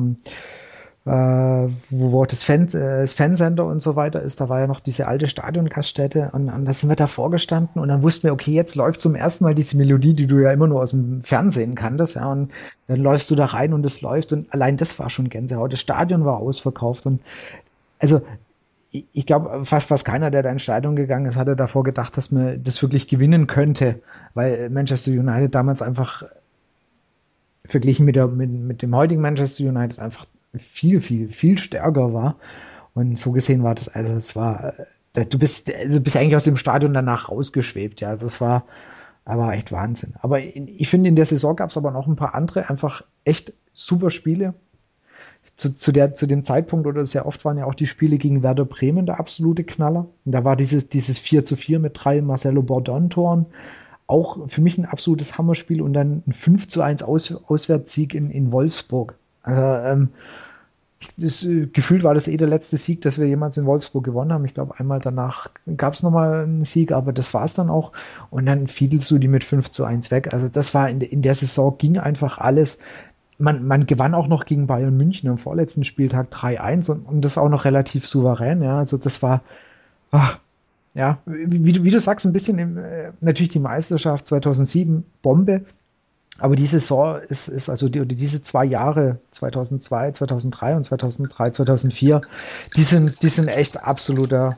wo das Fancenter und so weiter ist, da war ja noch diese alte Stadiongaststätte und da sind wir davor gestanden und dann wussten wir, okay, jetzt läuft zum ersten Mal diese Melodie, die du ja immer nur aus dem Fernsehen kanntest, ja, und dann läufst du da rein und es läuft und allein das war schon Gänsehaut. Das Stadion war ausverkauft und also ich glaube, fast keiner, der da in Stadion gegangen ist, hatte davor gedacht, dass man das wirklich gewinnen könnte, weil Manchester United damals einfach verglichen mit dem heutigen Manchester United einfach viel stärker war. Und so gesehen war das, also es war, du bist eigentlich aus dem Stadion danach rausgeschwebt, ja. Das war aber echt Wahnsinn. Aber ich finde, in der Saison gab es aber noch ein paar andere, einfach echt super Spiele. Zu dem Zeitpunkt oder sehr oft waren ja auch die Spiele gegen Werder Bremen der absolute Knaller. Und da war dieses 4:4 mit 3 Marcelo Bordon-Toren auch für mich ein absolutes Hammerspiel und dann ein 5:1 Auswärtssieg in Wolfsburg. Also gefühlt war das der letzte Sieg, dass wir jemals in Wolfsburg gewonnen haben. Ich glaube, einmal danach gab es nochmal einen Sieg, aber das war es dann auch. Und dann fiedelst du die mit 5:1 weg. Also das war in der Saison ging einfach alles. Man gewann auch noch gegen Bayern München am vorletzten Spieltag 3:1 und das auch noch relativ souverän. Ja, also das war, ja, wie du sagst, ein bisschen natürlich die Meisterschaft 2007 Bombe. Aber die Saison ist also diese 2 Jahre, 2002, 2003 und 2003, 2004, die sind echt absoluter.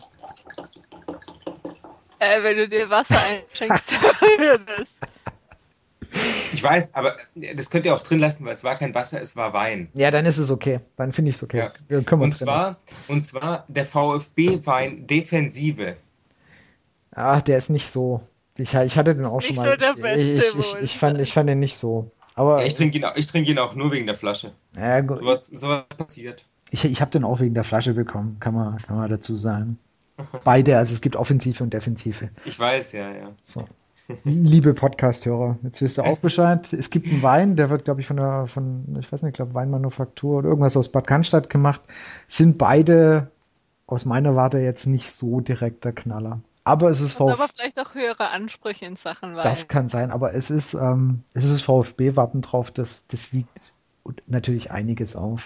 Wenn du dir Wasser einschenkst, das. Ich weiß, aber das könnt ihr auch drin lassen, weil es war kein Wasser, es war Wein. Ja, dann ist es okay. Dann finde ich es okay. Ja. Können wir drin lassen. Und zwar der VfB-Wein Defensive. Ach, der ist nicht so. Ich hatte den auch Nicht schon mal. so der Beste wohl. Ich fand den nicht so. Aber Ja, ich trinke ihn auch nur wegen der Flasche. ja, Sowas passiert. ich habe den auch wegen der Flasche bekommen, kann man dazu sagen. Beide, also es gibt Offensive und Defensive. Ich weiß, ja. So. Liebe Podcast-Hörer, jetzt wisst ihr auch Bescheid. Es gibt einen Wein, der wird, glaube ich, ich weiß nicht, ich glaube Weinmanufaktur oder irgendwas aus Bad Cannstatt gemacht. Sind beide aus meiner Warte jetzt nicht so direkt der Knaller. Aber es ist Aber vielleicht auch höhere Ansprüche in Sachen Wein. Das kann sein, aber es ist das VfB-Wappen drauf, das wiegt natürlich einiges auf.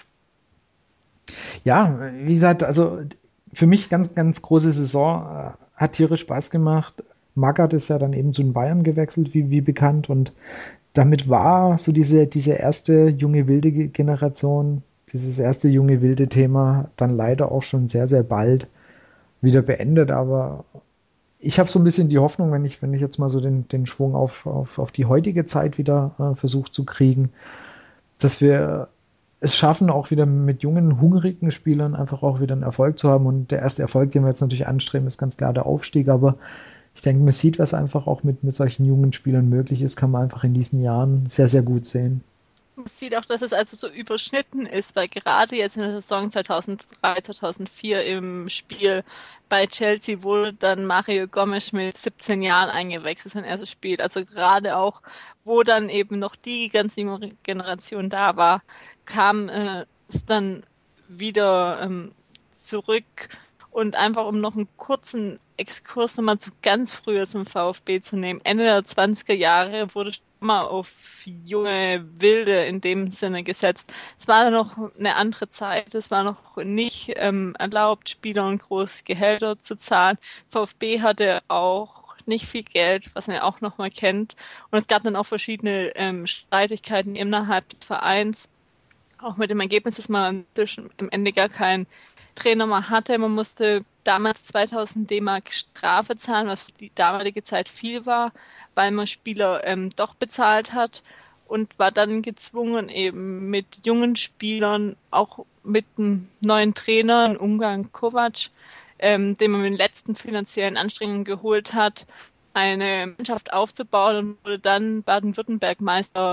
Ja, wie gesagt, also für mich ganz, ganz große Saison, hat tierisch Spaß gemacht. Magath ist ja dann eben zu den Bayern gewechselt, wie bekannt, und damit war so diese erste junge wilde Generation, dieses erste junge wilde Thema dann leider auch schon sehr, sehr bald wieder beendet, aber ich habe so ein bisschen die Hoffnung, wenn ich jetzt mal so den Schwung auf die heutige Zeit wieder versucht zu kriegen, dass wir es schaffen, auch wieder mit jungen, hungrigen Spielern einfach auch wieder einen Erfolg zu haben. Und der erste Erfolg, den wir jetzt natürlich anstreben, ist ganz klar der Aufstieg. Aber ich denke, man sieht, was einfach auch mit solchen jungen Spielern möglich ist, kann man einfach in diesen Jahren sehr, sehr gut sehen. Man sieht auch, dass es also so überschnitten ist, weil gerade jetzt in der Saison 2003, 2004 im Spiel bei Chelsea wurde dann Mario Gomes mit 17 Jahren eingewechselt, sein erstes Spiel. Also gerade auch, wo dann eben noch die ganz junge Generation da war, kam es dann wieder zurück. Und einfach, um noch einen kurzen Exkurs nochmal zu ganz früher zum VfB zu nehmen. Ende der 20er Jahre wurde schon mal auf junge Wilde in dem Sinne gesetzt. Es war noch eine andere Zeit. Es war noch nicht erlaubt, Spielern große Gehälter zu zahlen. VfB hatte auch nicht viel Geld, was man ja auch nochmal kennt. Und es gab dann auch verschiedene Streitigkeiten innerhalb des Vereins. Auch mit dem Ergebnis, dass man am Ende gar keinen Trainer mal hatte. Man musste damals 2000 D-Mark Strafe zahlen, was für die damalige Zeit viel war, weil man Spieler doch bezahlt hat, und war dann gezwungen, eben mit jungen Spielern, auch mit einem neuen Trainer, in Ungarn Kovac, den man mit den letzten finanziellen Anstrengungen geholt hat, eine Mannschaft aufzubauen, und wurde dann Baden-Württemberg-Meister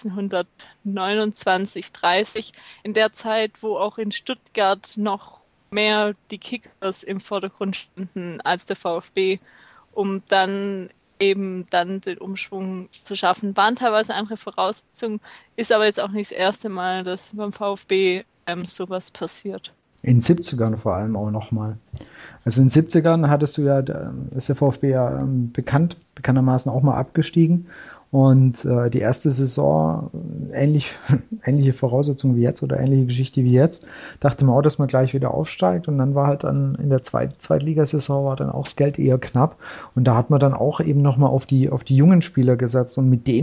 1929/30, in der Zeit, wo auch in Stuttgart noch mehr die Kickers im Vordergrund standen als der VfB, um dann eben dann den Umschwung zu schaffen. Waren teilweise andere Voraussetzungen, ist aber jetzt auch nicht das erste Mal, dass beim VfB sowas passiert. In den 70ern vor allem auch nochmal. Also in den 70ern hattest du ja, ist der VfB ja bekanntermaßen auch mal abgestiegen. Und die erste Saison, ähnliche Voraussetzungen wie jetzt oder ähnliche Geschichte wie jetzt, dachte man auch, dass man gleich wieder aufsteigt. Und dann war halt dann in der Zweitligasaison war dann auch das Geld eher knapp. Und da hat man dann auch eben nochmal auf die jungen Spieler gesetzt und mit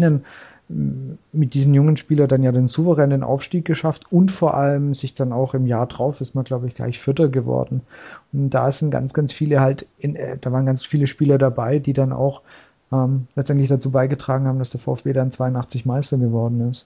diesen jungen Spielern dann ja den souveränen Aufstieg geschafft, und vor allem sich dann auch im Jahr drauf ist man, glaube ich, gleich Vierter geworden. Und da sind ganz, ganz viele da waren ganz viele Spieler dabei, die dann auch letztendlich dazu beigetragen haben, dass der VfB dann 82 Meister geworden ist.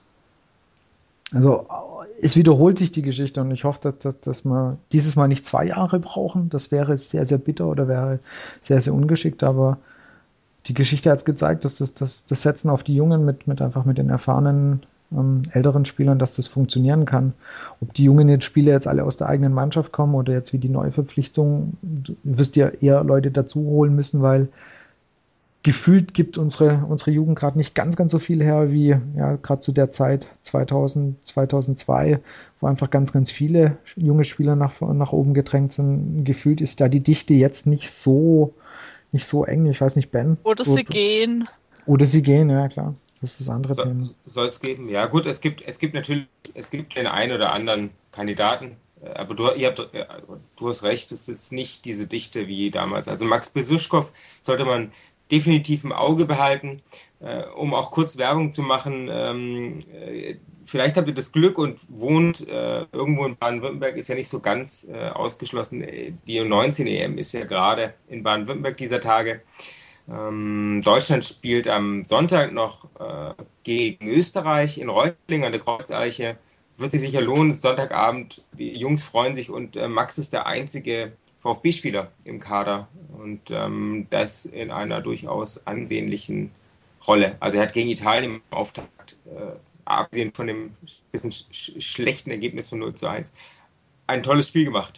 Also es wiederholt sich die Geschichte, und ich hoffe, dass wir dieses Mal nicht 2 Jahre brauchen. Das wäre sehr, sehr bitter oder wäre sehr, sehr ungeschickt, aber die Geschichte hat es gezeigt, dass das Setzen auf die Jungen mit den erfahrenen älteren Spielern, dass das funktionieren kann. Ob die jungen Spieler jetzt alle aus der eigenen Mannschaft kommen oder jetzt wie die Neuverpflichtung, du wirst ja eher Leute dazu holen müssen, weil gefühlt gibt unsere Jugend gerade nicht ganz, ganz so viel her wie ja gerade zu der Zeit 2000, 2002, wo einfach ganz, ganz viele junge Spieler nach oben gedrängt sind. Gefühlt ist da die Dichte jetzt nicht so eng. Ich weiß nicht, Ben. Oder sie gehen. Oder sie gehen, ja klar. Das ist das andere Thema. Soll es geben? Ja gut, es gibt den einen oder anderen Kandidaten, aber du hast recht, es ist nicht diese Dichte wie damals. Also Max Besuschkow sollte man definitiv im Auge behalten, um auch kurz Werbung zu machen. Vielleicht habt ihr das Glück und wohnt irgendwo in Baden-Württemberg, ist ja nicht so ganz ausgeschlossen. Die U19-EM ist ja gerade in Baden-Württemberg dieser Tage. Deutschland spielt am Sonntag noch gegen Österreich in Reutlingen an der Kreuzeiche. Wird sich sicher lohnen, Sonntagabend, die Jungs freuen sich, und Max ist der einzige VfB-Spieler im Kader, und das in einer durchaus ansehnlichen Rolle. Also er hat gegen Italien im Auftakt, abgesehen von dem bisschen schlechten Ergebnis von 0:1, ein tolles Spiel gemacht.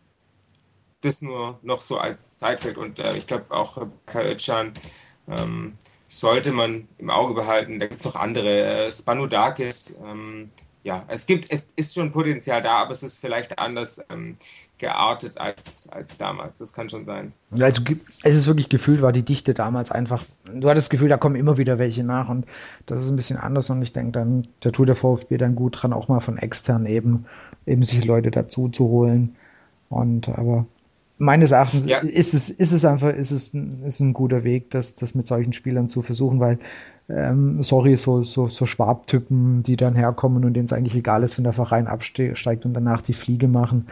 Das nur noch so als Zeitfeld, und ich glaube auch Özcan sollte man im Auge behalten. Da gibt es noch andere, Spanudakis, ja, es ist schon Potenzial da, aber es ist vielleicht anders geartet als damals. Das kann schon sein. Also es ist wirklich gefühlt, war die Dichte damals einfach, du hattest das Gefühl, da kommen immer wieder welche nach und das ist ein bisschen anders und ich denke dann, da tut der VfB dann gut dran, auch mal von extern eben sich Leute dazu zu holen. Und aber meines Erachtens ist es ein guter Weg, das mit solchen Spielern zu versuchen, weil so Schwab-Typen, die dann herkommen und denen es eigentlich egal ist, wenn der Verein absteigt und danach die Fliege machen,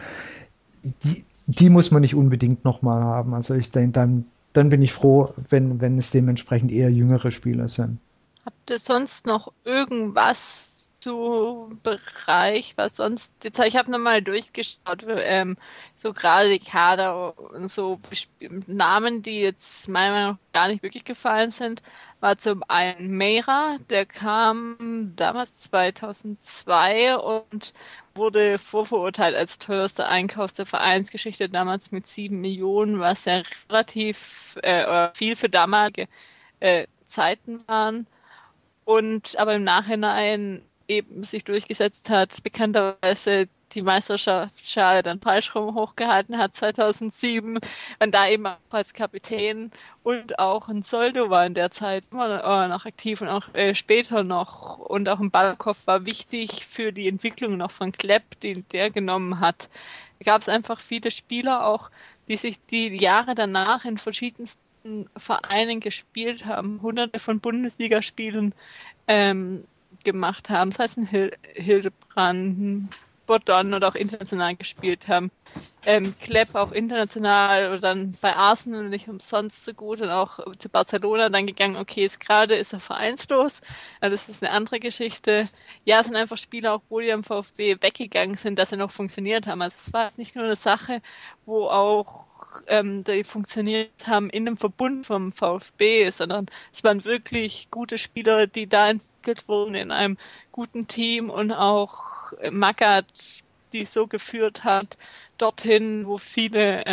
die muss man nicht unbedingt nochmal haben. Also ich denke, dann bin ich froh, wenn es dementsprechend eher jüngere Spieler sind. Habt ihr sonst noch irgendwas zu Bereich, was sonst, jetzt, ich habe nochmal durchgeschaut, so gerade die Kader und so Namen, die jetzt meiner Meinung nach gar nicht wirklich gefallen sind, war zum einen Meira, der kam damals 2002 und wurde vorverurteilt als teuerster Einkauf der Vereinsgeschichte, damals mit 7 Millionen, was ja relativ viel für damalige Zeiten waren. Und aber im Nachhinein eben sich durchgesetzt hat, bekannterweise die Meisterschale dann falsch rum hochgehalten hat 2007 und da eben auch als Kapitän und auch ein Soldo war in der Zeit immer noch aktiv und auch später noch und auch ein Balakow war wichtig für die Entwicklung noch von Klepp, den der genommen hat. Da gab es einfach viele Spieler auch, die sich die Jahre danach in verschiedensten Vereinen gespielt haben, hunderte von Bundesligaspielen gemacht haben, das heißt ein Hildebrand, Bordon oder auch international gespielt haben. Klepp auch international oder dann bei Arsenal nicht umsonst so gut und auch zu Barcelona dann gegangen, okay, jetzt gerade ist er vereinslos, das ist eine andere Geschichte. Ja, es sind einfach Spieler, obwohl die am VfB weggegangen sind, dass sie noch funktioniert haben. Also es war jetzt nicht nur eine Sache, wo auch die funktioniert haben in einem Verbund vom VfB, sondern es waren wirklich gute Spieler, die da entwickelt wurden in einem guten Team und auch Magath, die so geführt hat, dorthin, wo viele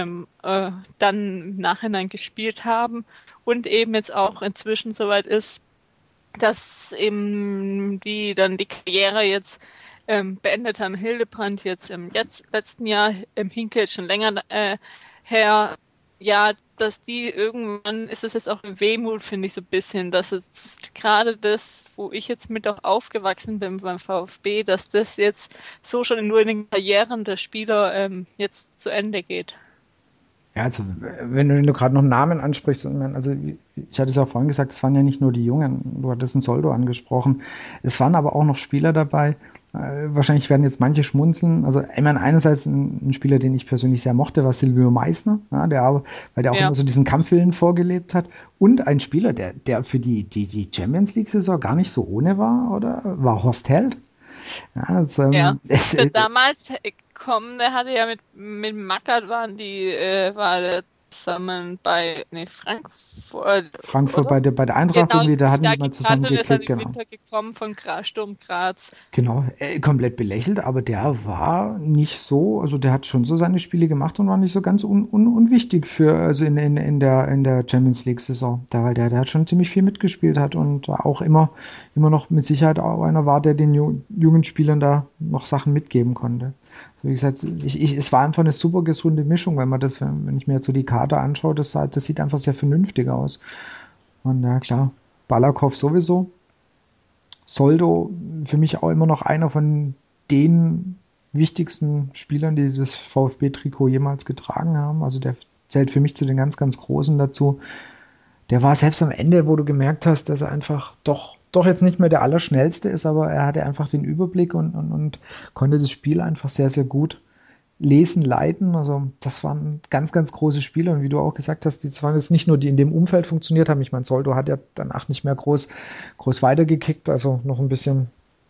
dann im Nachhinein gespielt haben und eben jetzt auch inzwischen soweit ist, dass eben die dann die Karriere jetzt beendet haben. Hildebrand jetzt im letzten Jahr, im Hinkel schon länger her, ja, dass die irgendwann, ist es jetzt auch eine Wehmut, finde ich so ein bisschen, dass jetzt gerade das, wo ich jetzt mit auch aufgewachsen bin beim VfB, dass das jetzt so schon nur in den Karrieren der Spieler jetzt zu Ende geht. Ja, also wenn du gerade noch Namen ansprichst, also ich hatte es ja auch vorhin gesagt, es waren ja nicht nur die Jungen, du hattest einen Soldo angesprochen, es waren aber auch noch Spieler dabei, wahrscheinlich werden jetzt manche schmunzeln, also ich meine einerseits ein Spieler, den ich persönlich sehr mochte, war Silvio Meissner, ja, weil der auch immer so diesen Kampfwillen vorgelebt hat und ein Spieler, der für die Champions League-Saison gar nicht so ohne war, oder? War Horst Held. Ja, also, damals der hatte ja mit Magath war der zusammen bei Frankfurt bei der Eintracht genau, irgendwie, da hatten die mal zusammen gekickt, ist genau. Winter gekommen von Sturm Graz. Genau, komplett belächelt, aber der war nicht so, also der hat schon so seine Spiele gemacht und war nicht so ganz unwichtig also in der Champions League Saison, weil der hat schon ziemlich viel mitgespielt hat und auch immer noch mit Sicherheit auch einer war, der den jungen Spielern da noch Sachen mitgeben konnte. Wie gesagt, es war einfach eine super gesunde Mischung, wenn ich mir jetzt so die Karte anschaue, das sieht einfach sehr vernünftig aus. Und ja klar, Balakow sowieso. Soldo für mich auch immer noch einer von den wichtigsten Spielern, die das VfB-Trikot jemals getragen haben. Also der zählt für mich zu den ganz, ganz Großen dazu. Der war selbst am Ende, wo du gemerkt hast, dass er einfach doch jetzt nicht mehr der Allerschnellste ist, aber er hatte einfach den Überblick und konnte das Spiel einfach sehr, sehr gut lesen, leiten. Also das waren ganz, ganz große Spieler und wie du auch gesagt hast, die waren jetzt nicht nur, die in dem Umfeld funktioniert haben. Ich meine, Soldo hat ja danach nicht mehr groß weitergekickt, also noch ein bisschen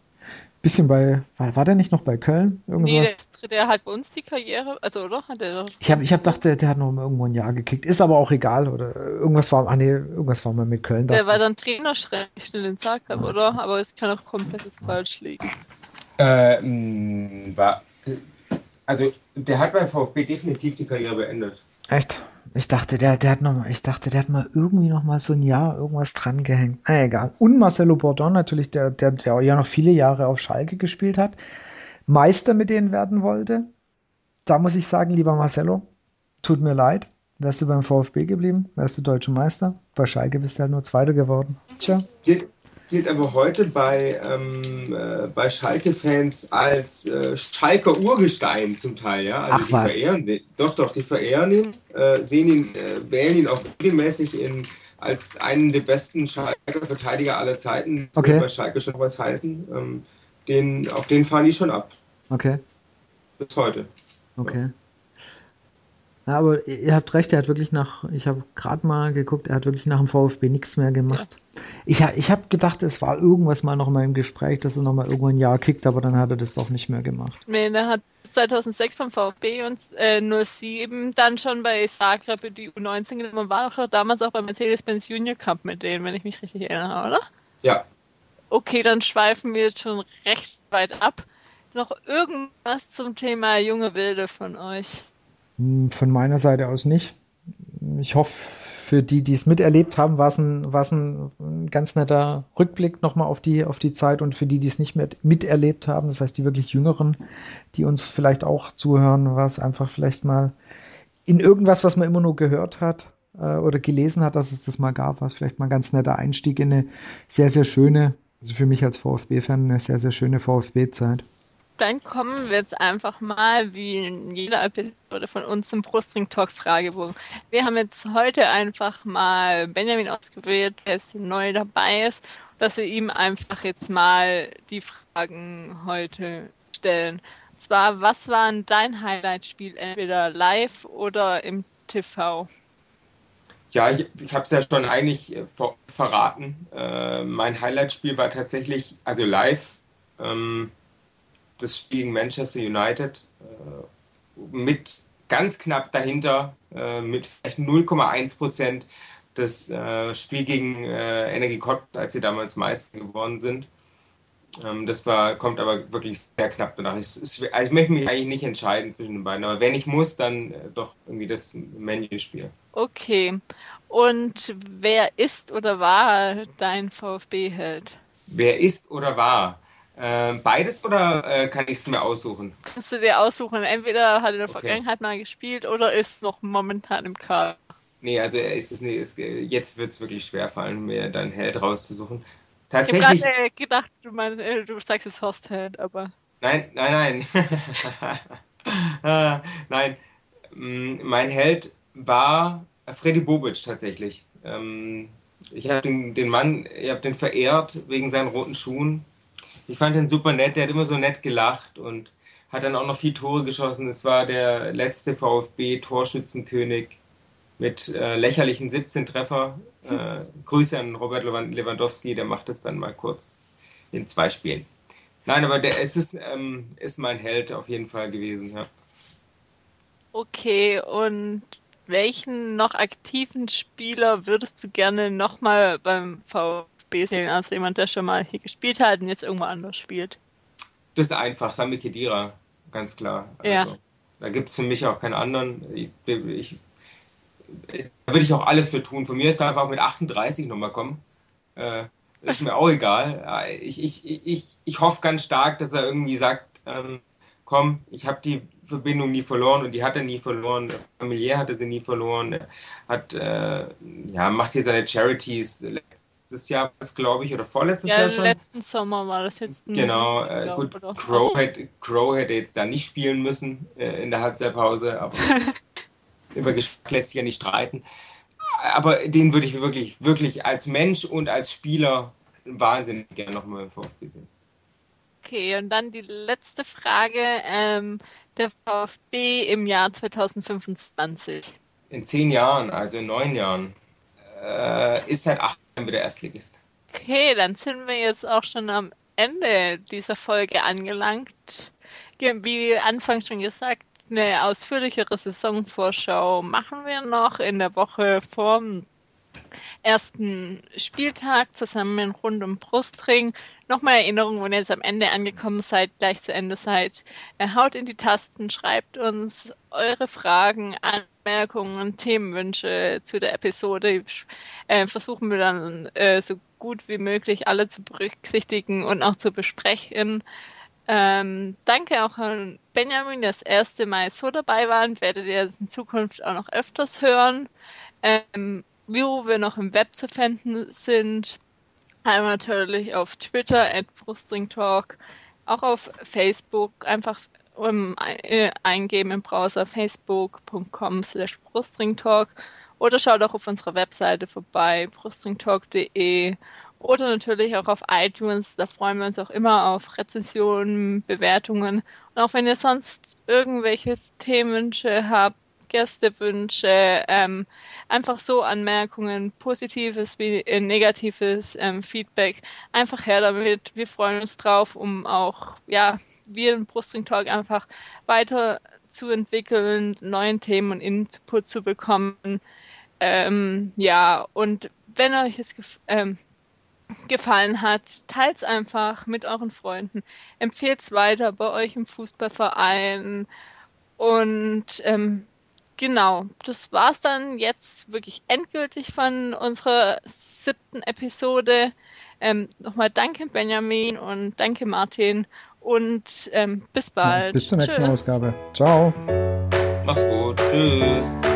war der nicht noch bei Köln? Nee, der hat bei uns die Karriere, also oder? Ich hab gedacht, der hat noch irgendwo ein Jahr gekickt. Ist aber auch egal, oder irgendwas war mal mit Köln. Der war dann Trainer in den Zagreb, oder? Aber es kann auch komplett falsch liegen. Also der hat beim VfB definitiv die Karriere beendet. Echt? Ich dachte, der hat mal irgendwie noch mal so ein Jahr irgendwas dran gehängt. Na egal. Und Marcelo Bordon natürlich, der ja noch viele Jahre auf Schalke gespielt hat, Meister mit denen werden wollte. Da muss ich sagen, lieber Marcelo, tut mir leid. Wärst du beim VfB geblieben, wärst du Deutscher Meister. Bei Schalke bist du halt nur Zweiter geworden. Tja. Gilt aber heute bei Schalke-Fans als Schalker Urgestein zum Teil, ja. Also Ach die was. verehren den. Doch, die verehren ihn, sehen ihn, wählen ihn auch regelmäßig als einen der besten Schalker Verteidiger aller Zeiten. Das Okay. will bei Schalke schon was heißen. Auf den fahren die schon ab. Okay. Bis heute. Okay. Ja, aber ihr habt recht, ich habe gerade mal geguckt, er hat wirklich nach dem VfB nichts mehr gemacht. Ich habe gedacht, es war irgendwas mal noch mal im Gespräch, dass er noch mal irgendwo ein Jahr kickt, aber dann hat er das doch nicht mehr gemacht. Nee, der hat 2006 beim VfB und 07 dann schon bei Zagreb die U19 genommen. Man war doch damals auch beim Mercedes-Benz Junior Cup mit denen, wenn ich mich richtig erinnere, oder? Ja. Okay, dann schweifen wir jetzt schon recht weit ab. Ist noch irgendwas zum Thema junge Wilde von euch? Von meiner Seite aus nicht. Ich hoffe, für die, die es miterlebt haben, war es ein ganz netter Rückblick nochmal auf die Zeit, und für die, die es nicht mehr miterlebt haben, das heißt die wirklich Jüngeren, die uns vielleicht auch zuhören, war es einfach vielleicht mal in irgendwas, was man immer nur gehört hat oder gelesen hat, dass es das mal gab, war es vielleicht mal ein ganz netter Einstieg in eine sehr, sehr schöne, also für mich als VfB-Fan, eine sehr, sehr schöne VfB-Zeit. Dann kommen wir jetzt einfach mal, wie in jeder Episode von uns, zum Brustring-Talk-Fragebogen. Wir haben jetzt heute einfach mal Benjamin ausgewählt, der jetzt neu dabei ist, dass wir ihm einfach jetzt mal die Fragen heute stellen. Und zwar, was war denn dein Highlight-Spiel, entweder live oder im TV? Ja, ich habe es ja schon eigentlich verraten. Mein Highlight-Spiel war tatsächlich, also live, das Spiel gegen Manchester United, mit ganz knapp dahinter, mit vielleicht 0,1% das Spiel gegen Energie Cottbus, als sie damals Meister geworden sind. Kommt aber wirklich sehr knapp danach. Also ich möchte mich eigentlich nicht entscheiden zwischen den beiden, aber wenn ich muss, dann doch irgendwie das Menu-Spiel. Okay. Und wer ist oder war dein VfB-Held? Wer ist oder war? Beides oder kann ich es mir aussuchen? Kannst du dir aussuchen, entweder hat er in der Okay. Vergangenheit mal gespielt oder ist noch momentan im Kader. Nee, also jetzt wird es wirklich schwer fallen, mir dann Held rauszusuchen. Ich habe Tatsächlich, gerade gedacht, du sagst es Horst Held, aber nein. Nein, mein Held war Freddy Bobic tatsächlich. Ich habe ich habe den verehrt wegen seinen roten Schuhen. Ich fand ihn super nett, der hat immer so nett gelacht und hat dann auch noch 4 Tore geschossen. Es war der letzte VfB-Torschützenkönig mit lächerlichen 17 Treffer. Grüße an Robert Lewandowski, der macht es dann mal kurz in 2 Spielen. Nein, aber es ist mein Held auf jeden Fall gewesen. Ja. okay. Und welchen noch aktiven Spieler würdest du gerne nochmal beim VfB sehen, als jemand, der schon mal hier gespielt hat und jetzt irgendwo anders spielt? Das ist einfach, Sami Khedira, ganz klar. Ja. Also, da gibt es für mich auch keinen anderen. Da würde ich auch alles für tun. Von mir ist da einfach mit 38 nochmal kommen. Das ist mir auch egal. Ich hoffe ganz stark, dass er irgendwie sagt, komm, ich habe die Verbindung nie verloren, und die hat er nie verloren. Familiär hat er sie nie verloren. Er macht hier seine Charities. Letztes Jahr war es, glaube ich, oder vorletztes Ja, Jahr schon. letzten Sommer war das jetzt. Genau, glaub, gut, oder? Crow hätte jetzt da nicht spielen müssen in der Halbzeitpause, aber über Geschmack lässt sich ja nicht streiten. Aber den würde ich wirklich, wirklich als Mensch und als Spieler wahnsinnig gerne nochmal im VfB sehen. Okay, und dann die letzte Frage. Der VfB im Jahr 2025. In 10 Jahren, also in 9 Jahren, ist seit 8 Jahren wieder Erstligist. Okay, dann sind wir jetzt auch schon am Ende dieser Folge angelangt. Wie anfangs schon gesagt, eine ausführlichere Saisonvorschau machen wir noch in der Woche vorm ersten Spieltag zusammen rund um Brustring. Nochmal Erinnerung, wenn ihr jetzt am Ende angekommen seid, gleich zu Ende seid. Haut in die Tasten, schreibt uns eure Fragen, Anmerkungen, Themenwünsche zu der Episode. Versuchen wir dann so gut wie möglich alle zu berücksichtigen und auch zu besprechen. Danke auch an Benjamin, das erste Mal so dabei war, und werdet ihr es in Zukunft auch noch öfters hören. Wo wir noch im Web zu finden sind, einmal natürlich auf Twitter @brustringtalk, auch auf Facebook, einfach eingeben im Browser facebook.com/brustringtalk oder schaut auch auf unserer Webseite vorbei, brustringtalk.de, oder natürlich auch auf iTunes. Da freuen wir uns auch immer auf Rezensionen, Bewertungen, und auch wenn ihr sonst irgendwelche Themenwünsche habt, Gästewünsche, einfach so Anmerkungen, positives wie negatives Feedback, einfach her damit. Wir freuen uns drauf, um auch, wir im Brustring Talk einfach weiter zu entwickeln, neuen Themen und Input zu bekommen. Und wenn euch es gefallen hat, teilt's einfach mit euren Freunden, empfehlt's weiter bei euch im Fußballverein, und genau, das war's dann jetzt wirklich endgültig von unserer 7. Episode. Nochmal danke Benjamin und danke Martin, und bis bald. Bis zur nächsten Ausgabe. Ciao. Mach's gut. Tschüss.